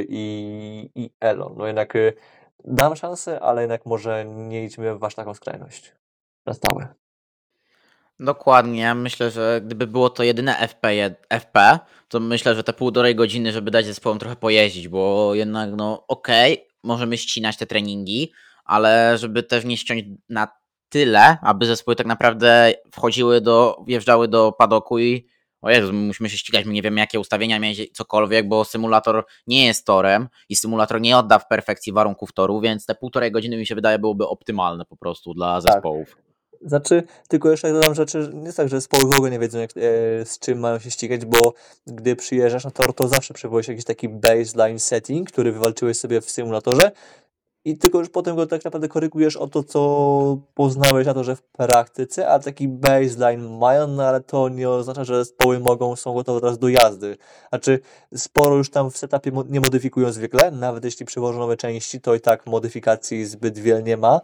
i elo. No jednak dam szansę, ale jednak może nie idźmy w aż taką skrajność na stałe. Dokładnie, myślę, że gdyby było to jedyne FP, to myślę, że te 1,5 godziny, żeby dać zespołom trochę pojeździć, bo jednak możemy ścinać te treningi, ale żeby też nie ściąć na tyle, aby zespoły tak naprawdę wjeżdżały do padoku i o Jezu, my musimy się ścigać, my nie wiemy jakie ustawienia mieć, cokolwiek, bo symulator nie jest torem i symulator nie odda w perfekcji warunków toru, więc te 1,5 godziny mi się wydaje byłoby optymalne po prostu dla zespołów. Znaczy, tylko jeszcze dodam rzeczy, nie jest tak, że zespoły w ogóle nie wiedzą z czym mają się ścigać, bo gdy przyjeżdżasz na tor, to zawsze przywołujesz jakiś taki baseline setting, który wywalczyłeś sobie w symulatorze i tylko już potem go tak naprawdę korygujesz o to, co poznałeś na torze w praktyce, a taki baseline mają, no ale to nie oznacza, że zespoły są gotowe teraz do jazdy. Znaczy, sporo już tam w setupie nie modyfikują zwykle, nawet jeśli przywożą nowe części, to i tak modyfikacji zbyt wiele nie ma.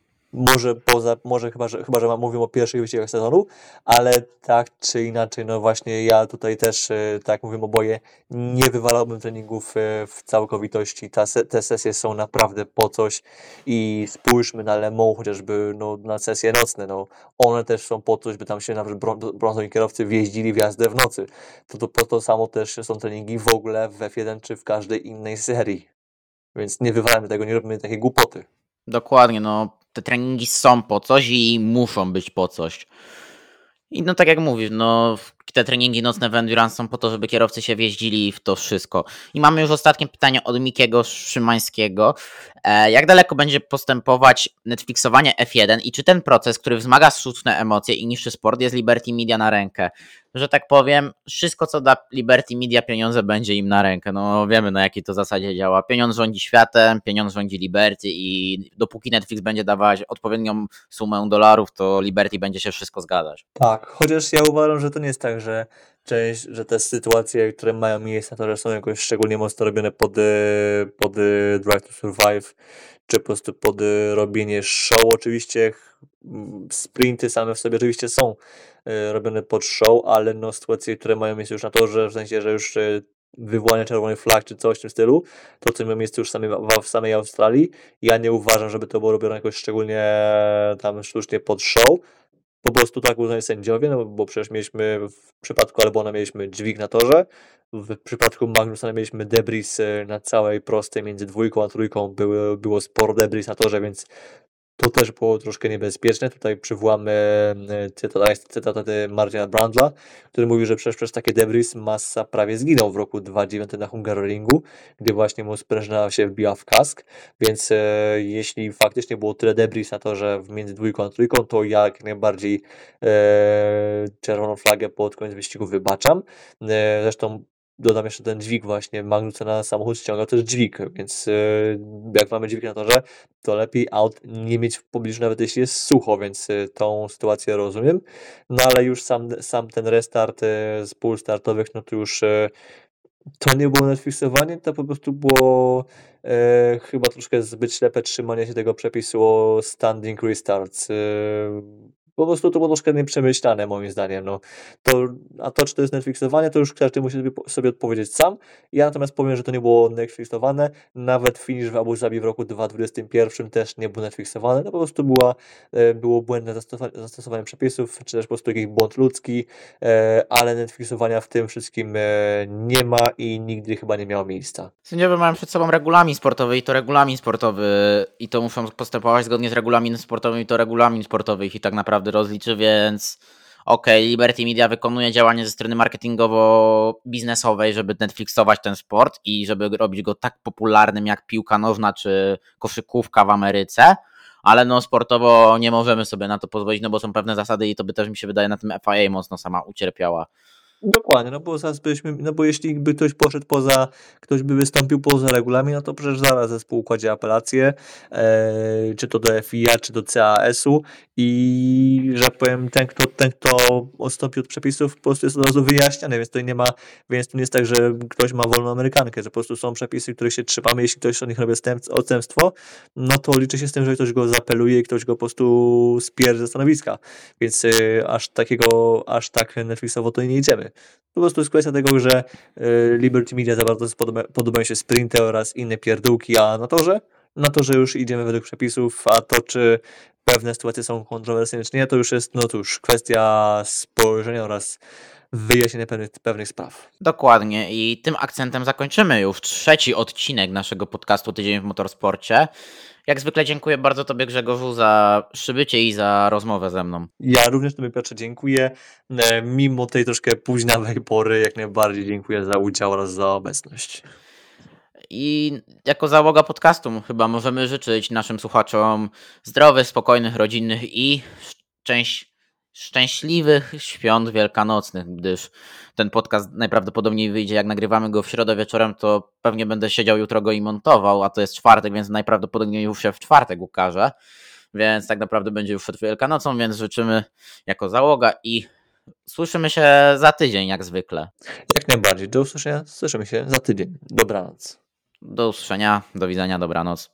Może chyba, że mówimy o pierwszych wyścigach sezonu, ale tak czy inaczej, no właśnie ja tutaj też, tak jak mówimy oboje, nie wywalałbym treningów w całkowitości. Te sesje są naprawdę po coś i spójrzmy na Le Mans chociażby, no, na sesje nocne, no one też są po coś, by tam się nawet brązowi kierowcy wjeździli w jazdę w nocy. Po to samo też są treningi w ogóle w F1 czy w każdej innej serii. Więc nie wywalamy tego, nie robimy takiej głupoty. Dokładnie, no te treningi są po coś i muszą być po coś. I no tak jak mówisz, no te treningi nocne w Endurance są po to, żeby kierowcy się wjeździli w to wszystko. I mamy już ostatnie pytanie od Mikiego Szymańskiego. Jak daleko będzie postępować Netflixowanie F1 i czy ten proces, który wzmaga sztuczne emocje i niższy sport, jest Liberty Media na rękę? Że tak powiem, wszystko co da Liberty Media pieniądze będzie im na rękę. No wiemy na jakiej to zasadzie działa. Pieniądz rządzi światem, pieniądz rządzi Liberty i dopóki Netflix będzie dawać odpowiednią sumę dolarów, to Liberty będzie się wszystko zgadzać. Tak, chociaż ja uważam, że to nie jest tak, że te sytuacje, które mają miejsce, to są jakoś szczególnie mocno robione pod Drive to Survive, czy po prostu pod robienie show. Oczywiście sprinty same w sobie oczywiście są robione pod show, ale no sytuacje, które mają miejsce już na torze, w sensie, że już wywołanie czerwonych flag czy coś w tym stylu, to co ma miejsce już w samej Australii, ja nie uważam, żeby to było robione jakoś szczególnie tam sztucznie pod show. Po prostu tak uznali sędziowie, no bo przecież mieliśmy w przypadku Albona mieliśmy dźwig na torze, w przypadku Magnusena mieliśmy debris na całej prostej między 2 a 3, było sporo debris na torze, więc to też było troszkę niebezpieczne. Tutaj przywołamy cytaty Martina Brundla, który mówi, że przez takie debris Massa prawie zginął w roku 2009 na Hungaroringu, gdy właśnie mu sprężyna się wbiła w kask, więc jeśli faktycznie było tyle debris na torze między 2 a 3, to ja jak najbardziej czerwoną flagę pod koniec wyścigu wybaczam. Zresztą dodam jeszcze ten dźwig właśnie, Magnussena na samochód ściągał też dźwig, więc jak mamy dźwig na torze, to lepiej aut nie mieć w pobliżu, nawet jeśli jest sucho, więc tą sytuację rozumiem. No ale już sam ten restart z pól startowych, no to już to nie było Netflixowanie, to po prostu było chyba troszkę zbyt ślepe trzymanie się tego przepisu o standing restarts. Po prostu to było troszkę nieprzemyślane moim zdaniem. No. A to, czy to jest Netflixowanie, to już każdy musi sobie odpowiedzieć sam. Ja natomiast powiem, że to nie było Netflixowane. Nawet finish w Abu Zabi w roku 2021 też nie był Netflixowany. To po prostu było błędne zastosowanie przepisów, czy też po prostu jakiś błąd ludzki, ale Netflixowania w tym wszystkim nie ma i nigdy chyba nie miało miejsca. Sędziowie mają przed sobą regulamin sportowy i to regulamin sportowy i to muszą postępować zgodnie z regulaminem sportowym i to regulamin sportowy ich i tak naprawdę rozliczy, więc okej, Liberty Media wykonuje działanie ze strony marketingowo-biznesowej, żeby Netflixować ten sport i żeby robić go tak popularnym jak piłka nożna czy koszykówka w Ameryce, ale no sportowo nie możemy sobie na to pozwolić, no bo są pewne zasady i to by też mi się wydaje na tym FIA mocno sama ucierpiała. Dokładnie, no bo jeśli by ktoś by wystąpił poza regulamin, no to przecież zaraz zespół układzie apelację, czy to do FIA, czy do CAS-u i, że tak powiem, ten, kto odstąpił od przepisów, po prostu jest od razu wyjaśniany, więc to nie jest tak, że ktoś ma wolną amerykankę, że po prostu są przepisy, których się trzymamy, jeśli ktoś od nich robi odstępstwo, no to liczy się z tym, że ktoś go zapeluje i ktoś go po prostu spierzy ze stanowiska, więc aż tak Netflixowo to nie idziemy. Po prostu jest kwestia tego, że Liberty Media za bardzo podobają się sprinty oraz inne pierdółki, a na torze już idziemy według przepisów, a to czy pewne sytuacje są kontrowersyjne czy nie, to już jest kwestia spojrzenia oraz wyjaśnienia pewnych spraw. Dokładnie i tym akcentem zakończymy już 3. odcinek naszego podcastu Tydzień w Motorsporcie. Jak zwykle dziękuję bardzo Tobie, Grzegorzu, za przybycie i za rozmowę ze mną. Ja również Tobie, Piotrze, dziękuję. Mimo tej troszkę późnej pory, jak najbardziej dziękuję za udział oraz za obecność. I jako załoga podcastu chyba możemy życzyć naszym słuchaczom zdrowych, spokojnych, rodzinnych i szczęśliwych świąt wielkanocnych, gdyż ten podcast najprawdopodobniej wyjdzie, jak nagrywamy go w środę wieczorem, to pewnie będę siedział jutro go i montował, a to jest czwartek, więc najprawdopodobniej już się w czwartek ukaże, więc tak naprawdę będzie już przed Wielkanocą, więc życzymy jako załoga i słyszymy się za tydzień jak zwykle. Jak najbardziej. Do usłyszenia. Słyszymy się za tydzień. Dobranoc. Do usłyszenia, do widzenia, dobranoc.